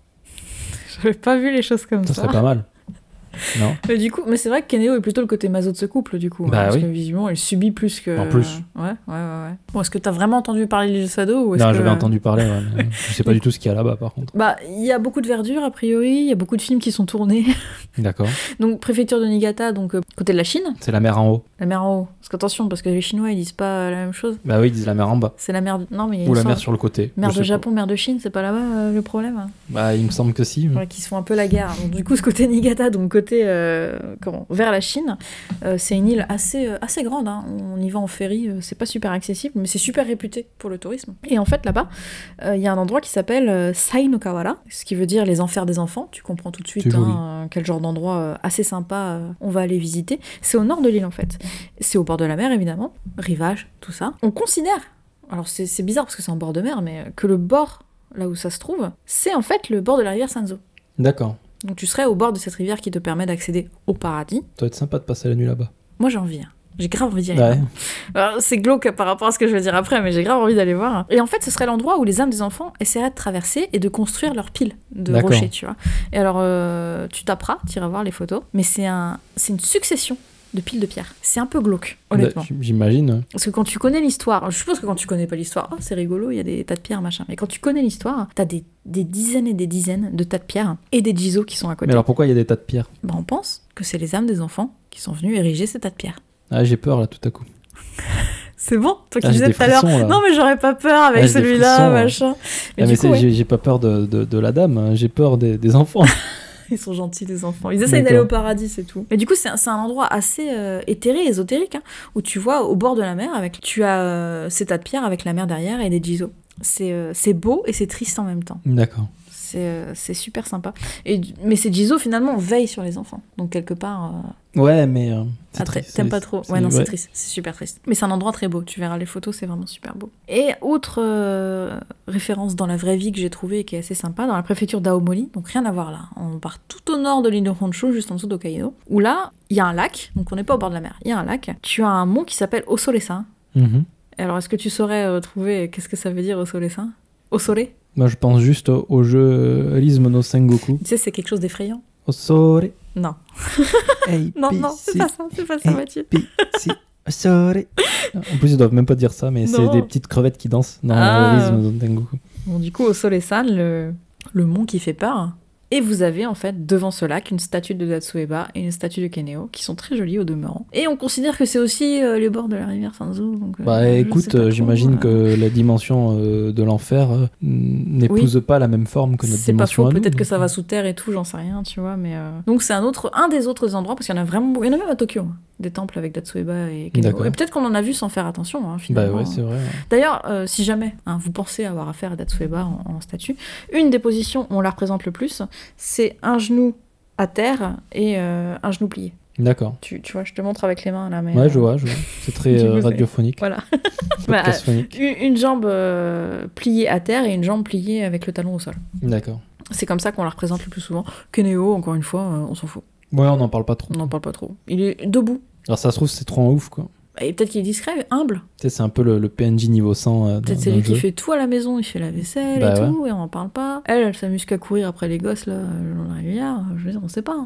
J'avais pas vu les choses comme ça. Ça serait pas mal. Non. Mais du coup, c'est vrai que Keneo est plutôt le côté Mazo de ce couple, du coup. Parce que visiblement, elle subit plus que... En plus. Ouais. Bon, est-ce que t'as vraiment entendu parler de l'île de Sado ou Non, j'avais entendu parler, mais je sais pas du tout ce qu'il y a là-bas, par contre. Il y a beaucoup de verdure, a priori, il y a beaucoup de films qui sont tournés. D'accord. Donc, préfecture de Niigata, donc côté de la Chine. C'est la mer en haut. La mer en haut. Parce qu'attention, parce que les Chinois, ils disent pas la même chose. Bah oui, ils disent la mer en bas. C'est la mer... Non, mais... Ou la mer sur le côté. Mer de Japon, mer de Chine, c'est pas là-bas le problème. Il me semble que si. Ouais, qui se font un peu la guerre. Donc, du coup, ce côté Niigata, donc côté... vers la Chine, c'est une île assez grande. Hein. On y va en ferry, c'est pas super accessible, mais c'est super réputé pour le tourisme. Et en fait, là-bas, il y a un endroit qui s'appelle Sai no Kawara, ce qui veut dire les enfers des enfants. Tu comprends tout de suite quel genre d'endroit assez sympa on va aller visiter. C'est au nord de l'île, en fait. C'est au bord de la mer, évidemment. Rivage, tout ça. On considère, alors c'est bizarre parce que c'est en bord de mer, mais que le bord, là où ça se trouve, c'est en fait le bord de la rivière Sanzo. D'accord. Donc tu serais au bord de cette rivière qui te permet d'accéder au paradis. Ça doit être sympa de passer la nuit là-bas. Moi j'ai envie. J'ai grave envie d'y aller. Ouais. Alors, c'est glauque par rapport à ce que je vais dire après, mais j'ai grave envie d'aller voir. Et en fait, ce serait l'endroit où les âmes des enfants essaieraient de traverser et de construire leur pile de rochers, tu vois. Et alors, tu taperas, tu iras voir les photos, mais c'est une succession de piles de pierre. C'est un peu glauque, honnêtement. J'imagine. Parce que quand tu connais l'histoire, je suppose que quand tu connais pas l'histoire, c'est rigolo, il y a des tas de pierres, machin. Mais quand tu connais l'histoire, t'as des dizaines et des dizaines de tas de pierres et des jizo qui sont à côté. Mais alors pourquoi il y a des tas de pierres ? On pense que c'est les âmes des enfants qui sont venus ériger ces tas de pierres. Ah, j'ai peur là tout à coup. C'est bon, toi qui disais tout à l'heure. Non, mais j'aurais pas peur avec celui-là, machin. Mais du coup, j'ai pas peur de la dame, hein. J'ai peur des enfants. Ils sont gentils, les enfants. Ils essayent d'aller au paradis, c'est tout. Mais du coup, c'est un endroit assez éthéré, ésotérique, hein, où tu vois, au bord de la mer, tu as ces tas de pierres avec la mer derrière et des geysers. C'est beau et c'est triste en même temps. D'accord. C'est super sympa. Mais ces geysers, finalement, veillent sur les enfants. Donc, quelque part... Ouais, mais c'est triste. T'aimes pas trop. Ouais, non, c'est triste. C'est super triste. Mais c'est un endroit très beau. Tu verras les photos, c'est vraiment super beau. Et autre référence dans la vraie vie que j'ai trouvée et qui est assez sympa, dans la préfecture d'Aomori, donc rien à voir là. On part tout au nord de l'île de Honshu, juste en dessous d'Hokkaido, où là, il y a un lac. Donc, on n'est pas au bord de la mer. Il y a un lac. Tu as un mont qui s'appelle Osore-san. Mm-hmm. Alors, est-ce que tu saurais trouver qu'est-ce que ça veut dire Osore-san? Osore? Moi, je pense juste au jeu Ryuzo no Sengoku. Tu sais, c'est quelque chose d'effrayant. Osore. Non. Non, c'est pas ça, Mathieu. Osore. En plus, ils doivent même pas dire ça, mais c'est des petites crevettes qui dansent dans Ryuzo no Sengoku. Bon, du coup, Osore-san, le mont qui fait peur. Et vous avez en fait devant ce lac une statue de Datsueba et une statue de Keneo qui sont très jolies au demeurant. Et on considère que c'est aussi les bords de la rivière Sanzo. Donc, écoute, j'imagine que la dimension de l'enfer n'épouse pas la même forme que notre dimension. C'est pas faux, peut-être donc... que ça va sous terre et tout, j'en sais rien, tu vois. Mais donc c'est un des autres endroits, parce qu'il y en a vraiment beaucoup. Il y en a même à Tokyo, hein, des temples avec Datsueba et Keneo. D'accord. Et peut-être qu'on en a vu sans faire attention, hein, finalement. Bah ouais, c'est vrai. Ouais. D'ailleurs, si jamais vous pensez avoir affaire à Datsueba en statue, une des positions où on la représente le plus, c'est un genou à terre et un genou plié. D'accord. Tu vois, je te montre avec les mains là. Mais, ouais, je vois. C'est très radiophonique. Voilà. Une jambe pliée à terre et une jambe pliée avec le talon au sol. D'accord. C'est comme ça qu'on la représente le plus souvent. Keneo, encore une fois, on s'en fout. Ouais, on n'en parle pas trop. On n'en parle pas trop. Il est debout. Alors ça se trouve, c'est trop en ouf, quoi. Et peut-être qu'il est discret, humble. Tu sais, c'est un peu le PNJ niveau 100. Peut-être c'est lui qui fait tout à la maison, il fait la vaisselle et tout, et on n'en parle pas. Elle s'amuse qu'à courir après les gosses, là, dans la rivière. Je veux dire, on sait pas.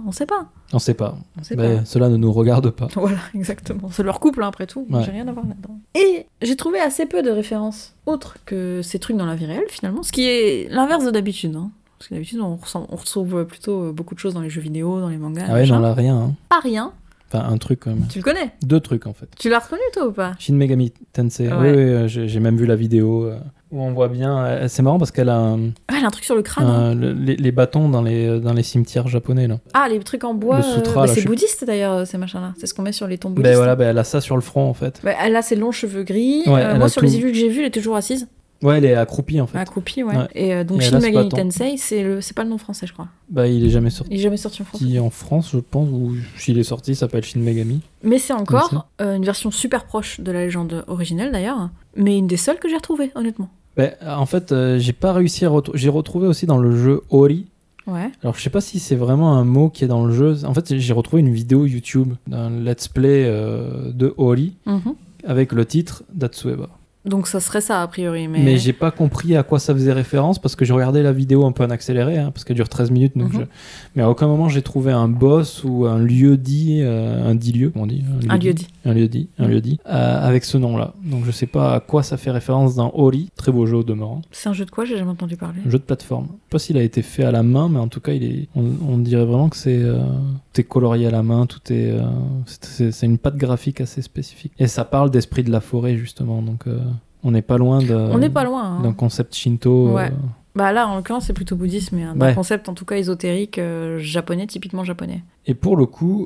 Cela ne nous regarde pas. Voilà, exactement. C'est leur couple, hein, après tout. Ouais. J'ai rien à voir là-dedans. Et j'ai trouvé assez peu de références autres que ces trucs dans la vie réelle, finalement. Ce qui est l'inverse de d'habitude, hein. Parce que d'habitude, on retrouve plutôt beaucoup de choses dans les jeux vidéo, dans les mangas. Ah ouais, j'en ai rien. Hein. Pas rien. Enfin, un truc quand même. Tu le connais? 2 trucs en fait. Tu l'as reconnu toi ou pas? Shin Megami Tensei. Ouais. Oui, j'ai même vu la vidéo où on voit bien. C'est marrant parce qu'elle a. Elle a un truc sur le crâne. Les bâtons dans les cimetières japonais là. Ah, les trucs en bois. Le sutra, c'est bouddhiste d'ailleurs ces machins-là. C'est ce qu'on met sur les tombes bouddhistes. Elle a ça sur le front en fait. Elle a ses longs cheveux gris. Moi sur les élus que j'ai vus, elle est toujours assise. Ouais, elle est accroupie en fait. Accroupie, ouais. Et donc Shin Megami Tensei, c'est pas le nom français, je crois. Il est jamais sorti. Il est jamais sorti en France. En France, je pense, ou s'il est sorti, il s'appelle Shin Megami. Mais c'est encore une version super proche de la légende originelle d'ailleurs, mais une des seules que j'ai retrouvées, honnêtement. En fait, j'ai pas réussi à j'ai retrouvé aussi dans le jeu Ori. Ouais. Alors je sais pas si c'est vraiment un mot qui est dans le jeu. En fait, j'ai retrouvé une vidéo YouTube d'un let's play de Ori avec le titre Datsueba. Donc ça serait ça a priori, mais j'ai pas compris à quoi ça faisait référence parce que j'ai regardé la vidéo un peu en accéléré, hein, parce qu'elle dure 13 minutes, donc mais à aucun moment j'ai trouvé un boss ou un lieu dit, un dit lieu, comment on dit, un lieu dit, avec ce nom-là. Donc je sais pas à quoi ça fait référence dans Ori, très beau jeu au demeurant. C'est un jeu de quoi? J'ai jamais entendu parler. Un jeu de plateforme. Je sais pas s'il a été fait à la main, mais en tout cas on dirait vraiment que c'est tout est colorié à la main, tout est c'est une patte graphique assez spécifique. Et ça parle d'esprit de la forêt justement, donc on n'est pas loin d'un concept shinto. Ouais. Là, en l'occurrence, c'est plutôt bouddhiste, mais un concept en tout cas ésotérique, japonais, typiquement japonais. Et pour le coup,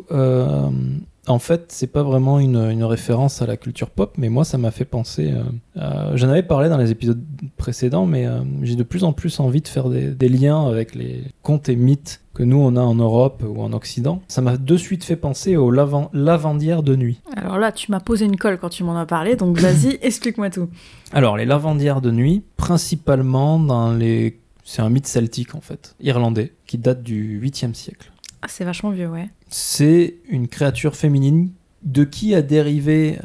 en fait, c'est pas vraiment une référence à la culture pop, mais moi, ça m'a fait penser... j'en avais parlé dans les épisodes précédents, mais j'ai de plus en plus envie de faire des liens avec les contes et mythes que nous, on a en Europe ou en Occident. Ça m'a de suite fait penser aux lavandières de nuit. Alors là, tu m'as posé une colle quand tu m'en as parlé, donc vas-y, explique-moi tout. Alors, les lavandières de nuit, principalement c'est un mythe celtique, en fait, irlandais, qui date du 8e siècle. Ah, c'est vachement vieux, ouais. C'est une créature féminine de qui a dérivé,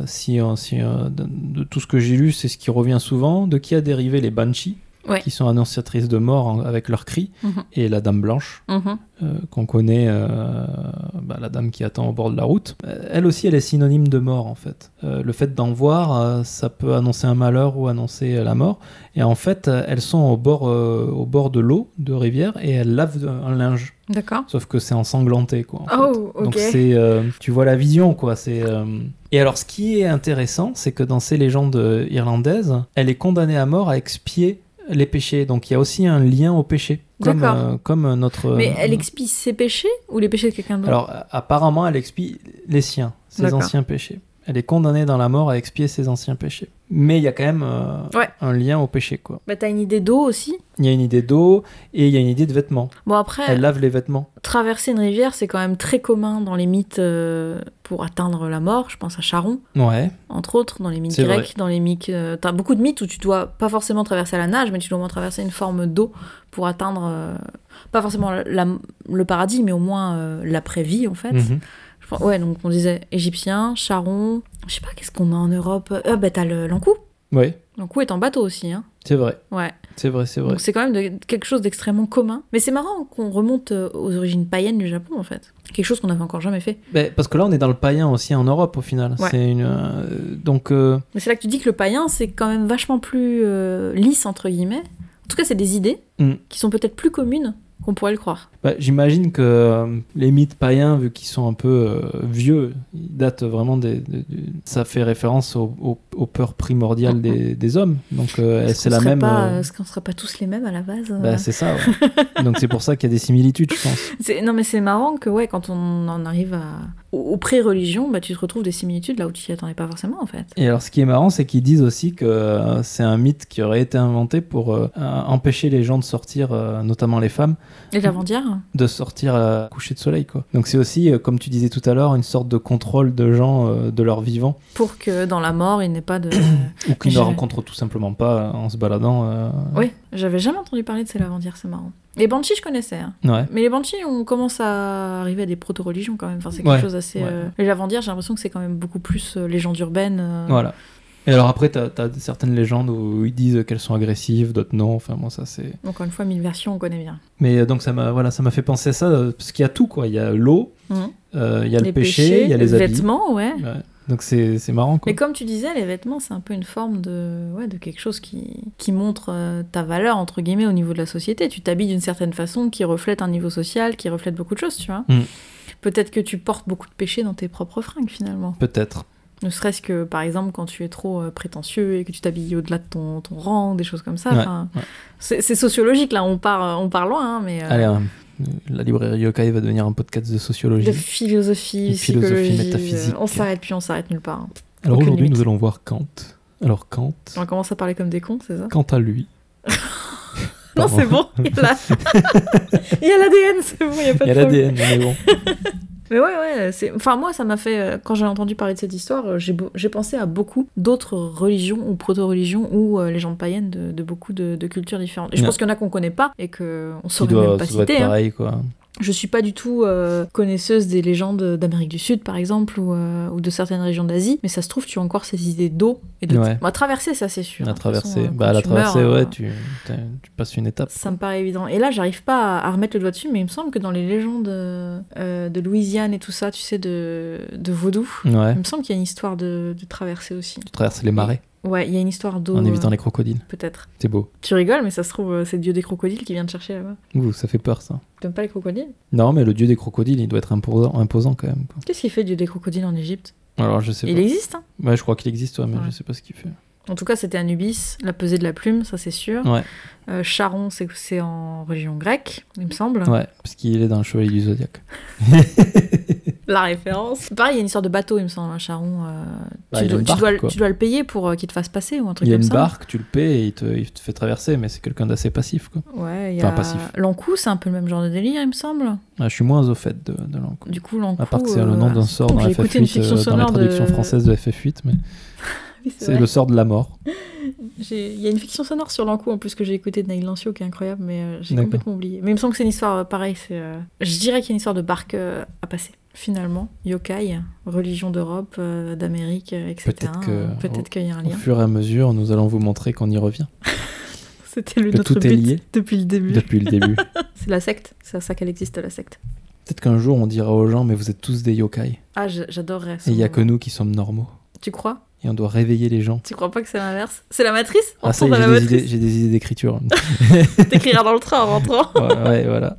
de tout ce que j'ai lu, c'est ce qui revient souvent, de qui a dérivé les banshees, qui sont annonciatrices de mort avec leurs cris, et la dame blanche, qu'on connaît, la dame qui attend au bord de la route. Elle aussi, elle est synonyme de mort, en fait. Le fait d'en voir, ça peut annoncer un malheur ou annoncer la mort. Et en fait, elles sont au bord de l'eau, de rivière, et elles lavent un linge. D'accord. Sauf que c'est ensanglanté, quoi. Oh, ok. Donc tu vois la vision, quoi. C'est Et alors, ce qui est intéressant, c'est que dans ces légendes irlandaises, elle est condamnée à mort à expier les péchés. Donc, il y a aussi un lien au péché. Comme notre... Mais elle expie ses péchés ou les péchés de quelqu'un d'autre? Alors, apparemment, elle expie les siens, ses anciens péchés. Elle est condamnée dans la mort à expier ses anciens péchés. Mais il y a quand même un lien au péché, quoi. Bah, t'as une idée d'eau aussi? Il y a une idée d'eau et il y a une idée de vêtements. Bon, après... Elle lave les vêtements. Traverser une rivière, c'est quand même très commun dans les mythes pour atteindre la mort. Je pense à Charon, entre autres, dans les mythes grecs. Vrai. Dans les mythes, t'as beaucoup de mythes où tu dois pas forcément traverser à la nage, mais tu dois au moins traverser une forme d'eau pour atteindre, pas forcément le paradis, mais au moins l'après-vie, en fait. Ouais, donc on disait Égyptien, Charon, je sais pas, qu'est-ce qu'on a en Europe? Bah t'as l'Ankou. Oui. L'Ankou est en bateau aussi, hein. C'est vrai. Ouais. C'est vrai. Donc c'est quand même quelque chose d'extrêmement commun. Mais c'est marrant qu'on remonte aux origines païennes du Japon, en fait. Quelque chose qu'on n'avait encore jamais fait. Parce que là, on est dans le païen aussi en Europe, au final. Ouais. C'est donc... Mais c'est là que tu dis que le païen, c'est quand même vachement plus lisse, entre guillemets. En tout cas, c'est des idées qui sont peut-être plus communes qu'on pourrait le croire. J'imagine que les mythes païens, vu qu'ils sont un peu vieux, ils datent vraiment ça fait référence aux peurs primordiales des hommes. Donc c'est la même... Est-ce qu'on ne serait pas tous les mêmes à la base C'est ça, ouais. Donc c'est pour ça qu'il y a des similitudes, je pense. Non, mais c'est marrant que quand on en arrive aux pré-religions, tu te retrouves des similitudes là où tu t'y attendais pas forcément, en fait. Et alors ce qui est marrant, c'est qu'ils disent aussi que c'est un mythe qui aurait été inventé pour empêcher les gens de sortir, notamment les femmes. Les lavandières de sortir à coucher de soleil, quoi. Donc c'est aussi, comme tu disais tout à l'heure, une sorte de contrôle de gens, de leur vivant. Pour que dans la mort, il n'ait pas de... Ou qu'ils ne rencontrent tout simplement pas en se baladant. Oui, j'avais jamais entendu parler de ces lavandières, c'est marrant. Les banshees, je connaissais. Hein. Ouais. Mais les banshees, on commence à arriver à des proto-religions quand même. Enfin, c'est quelque chose assez... Les lavandières, j'ai l'impression que c'est quand même beaucoup plus légende urbaine. Voilà. Et alors après, t'as certaines légendes où ils disent qu'elles sont agressives, d'autres non. Enfin, moi, ça c'est... Encore une fois, 1000 versions, on connaît bien. Mais donc ça m'a fait penser à ça, parce qu'il y a tout, quoi. Il y a l'eau, il y a le péché, il y a les habits. Vêtements, ouais. Donc c'est marrant, quoi. Mais comme tu disais, les vêtements, c'est un peu une forme de quelque chose qui montre ta valeur, entre guillemets, au niveau de la société. Tu t'habilles d'une certaine façon qui reflète un niveau social, qui reflète beaucoup de choses, tu vois. Peut-être que tu portes beaucoup de péché dans tes propres fringues, finalement. Peut-être. Ne serait-ce que, par exemple, quand tu es trop prétentieux et que tu t'habilles au-delà de ton rang, des choses comme ça. C'est sociologique, là, on part loin, hein, mais... Allez, la librairie Yokai va devenir un podcast de sociologie. De philosophie, psychologie, métaphysique. On s'arrête nulle part. Hein. Alors aujourd'hui, nous allons voir Kant. Alors Kant... On commence à parler comme des cons, c'est ça? Quant à lui... Non, c'est bon, il y a l'ADN, c'est bon, il y a pas de problème. Il y a l'ADN, on est bon. Mais ouais, enfin moi ça m'a fait, quand j'ai entendu parler de cette histoire, j'ai pensé à beaucoup d'autres religions ou proto-religions ou légendes païennes de beaucoup de cultures différentes. Et je pense qu'il y en a qu'on connaît pas et qu'on saurait même pas citer. Être pareil, quoi. Je suis pas du tout connaisseuse des légendes d'Amérique du Sud, par exemple, ou de certaines régions d'Asie, mais ça se trouve, tu as encore ces idées d'eau et de... À traverser, ça, c'est sûr. À traverser, la traversée, tu passes une étape. Ça me paraît évident. Et là, j'arrive pas à remettre le doigt dessus, mais il me semble que dans les légendes de Louisiane et tout ça, tu sais, de vaudou, il me semble qu'il y a une histoire de traversée aussi. De traverser les marais. Ouais, il y a une histoire d'eau. En évitant les crocodiles. Peut-être. C'est beau. Tu rigoles, mais ça se trouve, c'est le dieu des crocodiles qui vient te chercher là-bas. Ouh, ça fait peur, ça. T'aimes pas les crocodiles? Non, mais le dieu des crocodiles, il doit être imposant quand même, quoi. Qu'est-ce qu'il fait, le dieu des crocodiles, en Égypte? Alors, je sais pas. Il existe, hein? Ouais, je crois qu'il existe, mais je sais pas ce qu'il fait. En tout cas, c'était Anubis, la pesée de la plume, ça c'est sûr. Ouais. Charon, c'est en religion grecque, il me semble. Ouais, parce qu'il est dans le Chevalier du Zodiaque. La référence. Pareil, il y a une histoire de bateau, il me semble, Charon. Tu dois le payer pour qu'il te fasse passer ou un truc comme ça. Il y a une barque, tu le paies et il te fait traverser, mais c'est quelqu'un d'assez passif, quoi. Ouais, il y a... passif. L'Ankou, c'est un peu le même genre de délire, il me semble. Je suis moins au fait de l'Ankou. Du coup, l'Ankou... À part que c'est le nom d'un sort dans FF8, dans la traduction française de FF8, mais... Oui, c'est le sort de la mort. Il y a une fiction sonore sur l'Ankou en plus que j'ai écouté de Neil Lancio qui est incroyable, mais j'ai complètement oublié. Mais il me semble que c'est une histoire pareille. Je dirais qu'il y a une histoire de barque à passer. Finalement, yokai, religion d'Europe, d'Amérique, etc. Peut-être qu'il y a un lien. Au fur et à mesure, nous allons vous montrer qu'on y revient. C'était notre but lié depuis le début. C'est la secte. C'est à ça qu'elle existe, la secte. Peut-être qu'un jour, on dira aux gens, mais vous êtes tous des yokai. Ah, j'adorerais ça. Et il n'y a que nous qui sommes normaux. Tu crois? Et on doit réveiller les gens. Tu crois pas que c'est l'inverse? C'est la matrice? Ah ça, j'ai des idées d'écriture. T'écriras dans le train en rentrant. Ouais, voilà.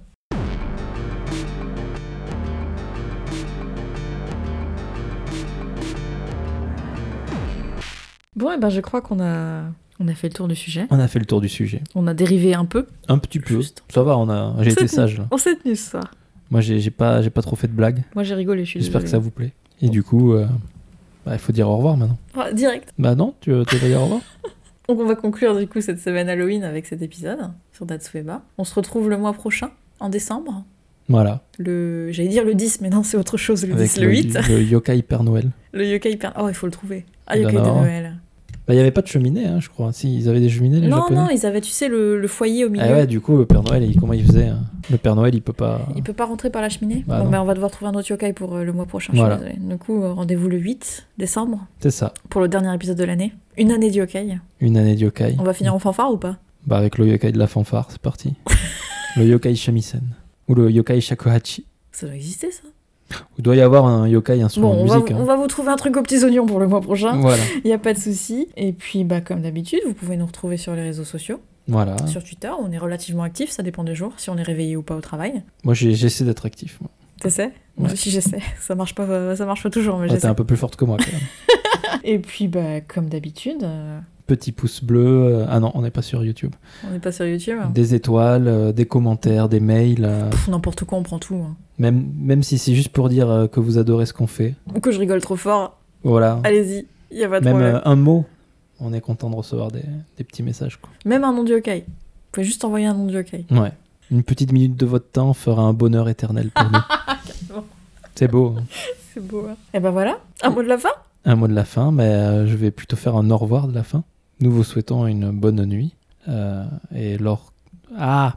Bon, et ben je crois qu'on a fait le tour du sujet. On a fait le tour du sujet. On a dérivé un peu. Un petit peu. Juste. Ça va, j'ai été sage là. On s'est tenu ce soir. Moi, j'ai pas trop fait de blagues. Moi, j'ai rigolé, je suis J'espère que ça vous plaît. Et du coup, il faut dire au revoir maintenant. Ah, direct. Bah non, tu vas dire au revoir. Donc on va conclure du coup cette semaine Halloween avec cet épisode sur Datsueba. On se retrouve le mois prochain, en décembre. Voilà. J'allais dire le 10, mais non, c'est autre chose, le 10, le 8. Le Yokai Père Noël. Le Yokai Père... Oh, il faut le trouver. Ah, Yokai de Noël. Bah, il n'y avait pas de cheminée, je crois. Si, ils avaient des cheminées, les Japonais. Non, ils avaient, tu sais, le foyer au milieu. Ah ouais, du coup, le Père Noël, comment il faisait Le Père Noël, il peut pas... Il peut pas rentrer par la cheminée. Bah, on va devoir trouver un autre yokai pour le mois prochain, voilà. je suis désolée. Du coup, rendez-vous le 8 décembre. C'est ça. Pour le dernier épisode de l'année. Une année de yokai. Une année de yokai. On va finir en fanfare ou pas? Bah, avec le yokai de la fanfare, c'est parti. Le yokai shamisen. Ou le yokai shakuhachi. Ça doit exister, ça. Il doit y avoir un yokai instrument de musique. On va vous trouver un truc aux petits oignons pour le mois prochain. Voilà. Il n'y a pas de souci. Et puis, comme d'habitude, vous pouvez nous retrouver sur les réseaux sociaux. Voilà. Sur Twitter, on est relativement actif, ça dépend des jours, si on est réveillé ou pas au travail. Moi, j'essaie d'être actif. Moi. T'essaies ? Ouais. Moi aussi, j'essaie. Ça marche pas toujours, mais j'essaie. T'es un peu plus forte que moi, quand même. Et puis, comme d'habitude... Petit pouce bleu. Ah non, on n'est pas sur YouTube. On n'est pas sur YouTube. Des étoiles, des commentaires, des mails. N'importe quoi, on prend tout. Hein. Même si c'est juste pour dire que vous adorez ce qu'on fait. Ou que je rigole trop fort. Voilà. Allez-y, il n'y a pas de problème. Même un mot, on est content de recevoir des petits messages. Quoi. Même un nom de yokai. Vous pouvez juste envoyer un nom de yokai. Ouais. Une petite minute de votre temps fera un bonheur éternel pour nous. C'est beau. Hein. C'est beau. Hein. Et voilà, un mot de la fin. Un mot de la fin, mais je vais plutôt faire un au revoir de la fin. Nous vous souhaitons une bonne nuit. Et lors... Ah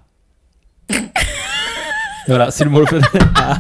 Voilà, c'est le mot le plus... Ah.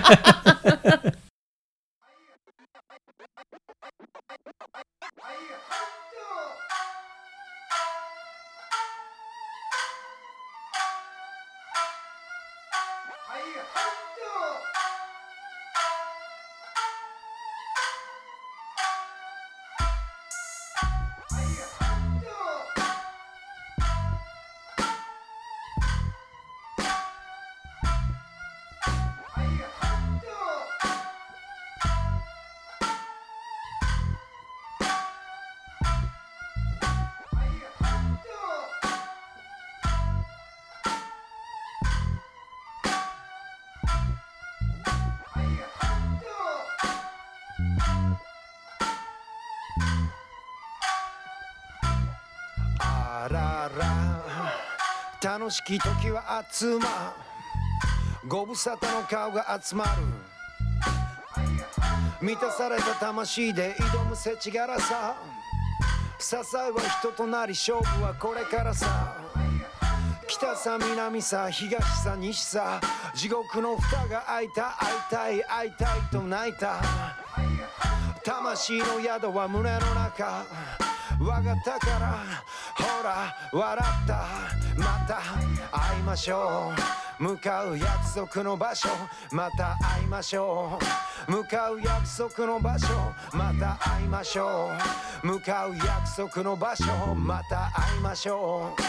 楽しき時は集まご無沙汰の顔が集まる満たされた魂で挑む世知辛さ支えは人となり勝負はこれからさ北さ南さ東さ西さ地獄の蓋が開いた会いたいと泣いた魂の宿は胸の中我が宝ほら笑ったまた会いましょう向かう約束の場所また会いましょう向かう約束の場所また会いましょう向かう約束の場所また会いましょう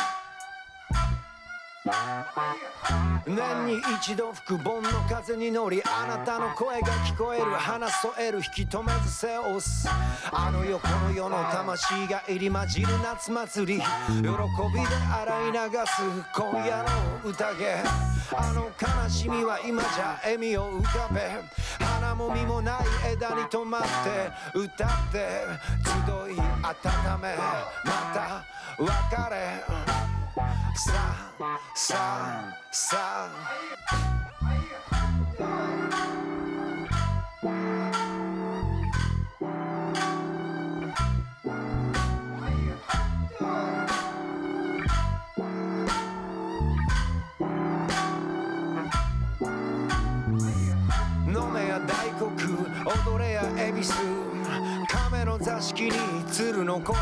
年に一度吹く盆の風に乗りあなたの声が聞こえる花添える引き止めず背を押すあの世この世の魂が入り混じる夏祭り喜びで洗い流す今夜の宴あの悲しみは今じゃ笑みを浮かべ花も実もない枝に止まって歌って集い温めまた別れさあ飲めや大黒踊れや恵比寿亀の座敷に鶴の声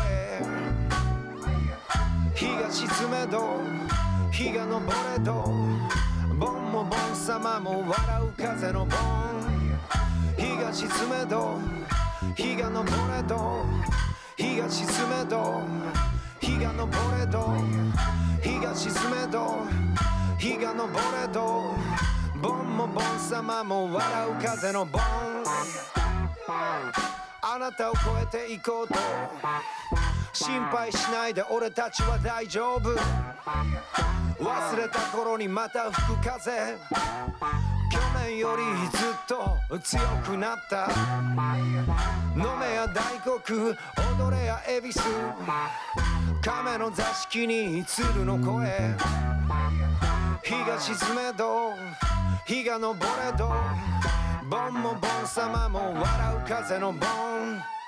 日が沈めど日が昇れど盆も盆様も笑う風の盆日が沈めど日が昇れど日が沈めど日が昇れど日が沈めど日が昇れど盆も盆様も笑う風の盆あなたを超えていこうと心配しないで俺たちは大丈夫忘れた頃にまた吹く風去年よりずっと強くなった飲めや大黒踊れや恵比寿亀の座敷に鶴の声日が沈めど日が昇れどボンもボン様も笑う風のボン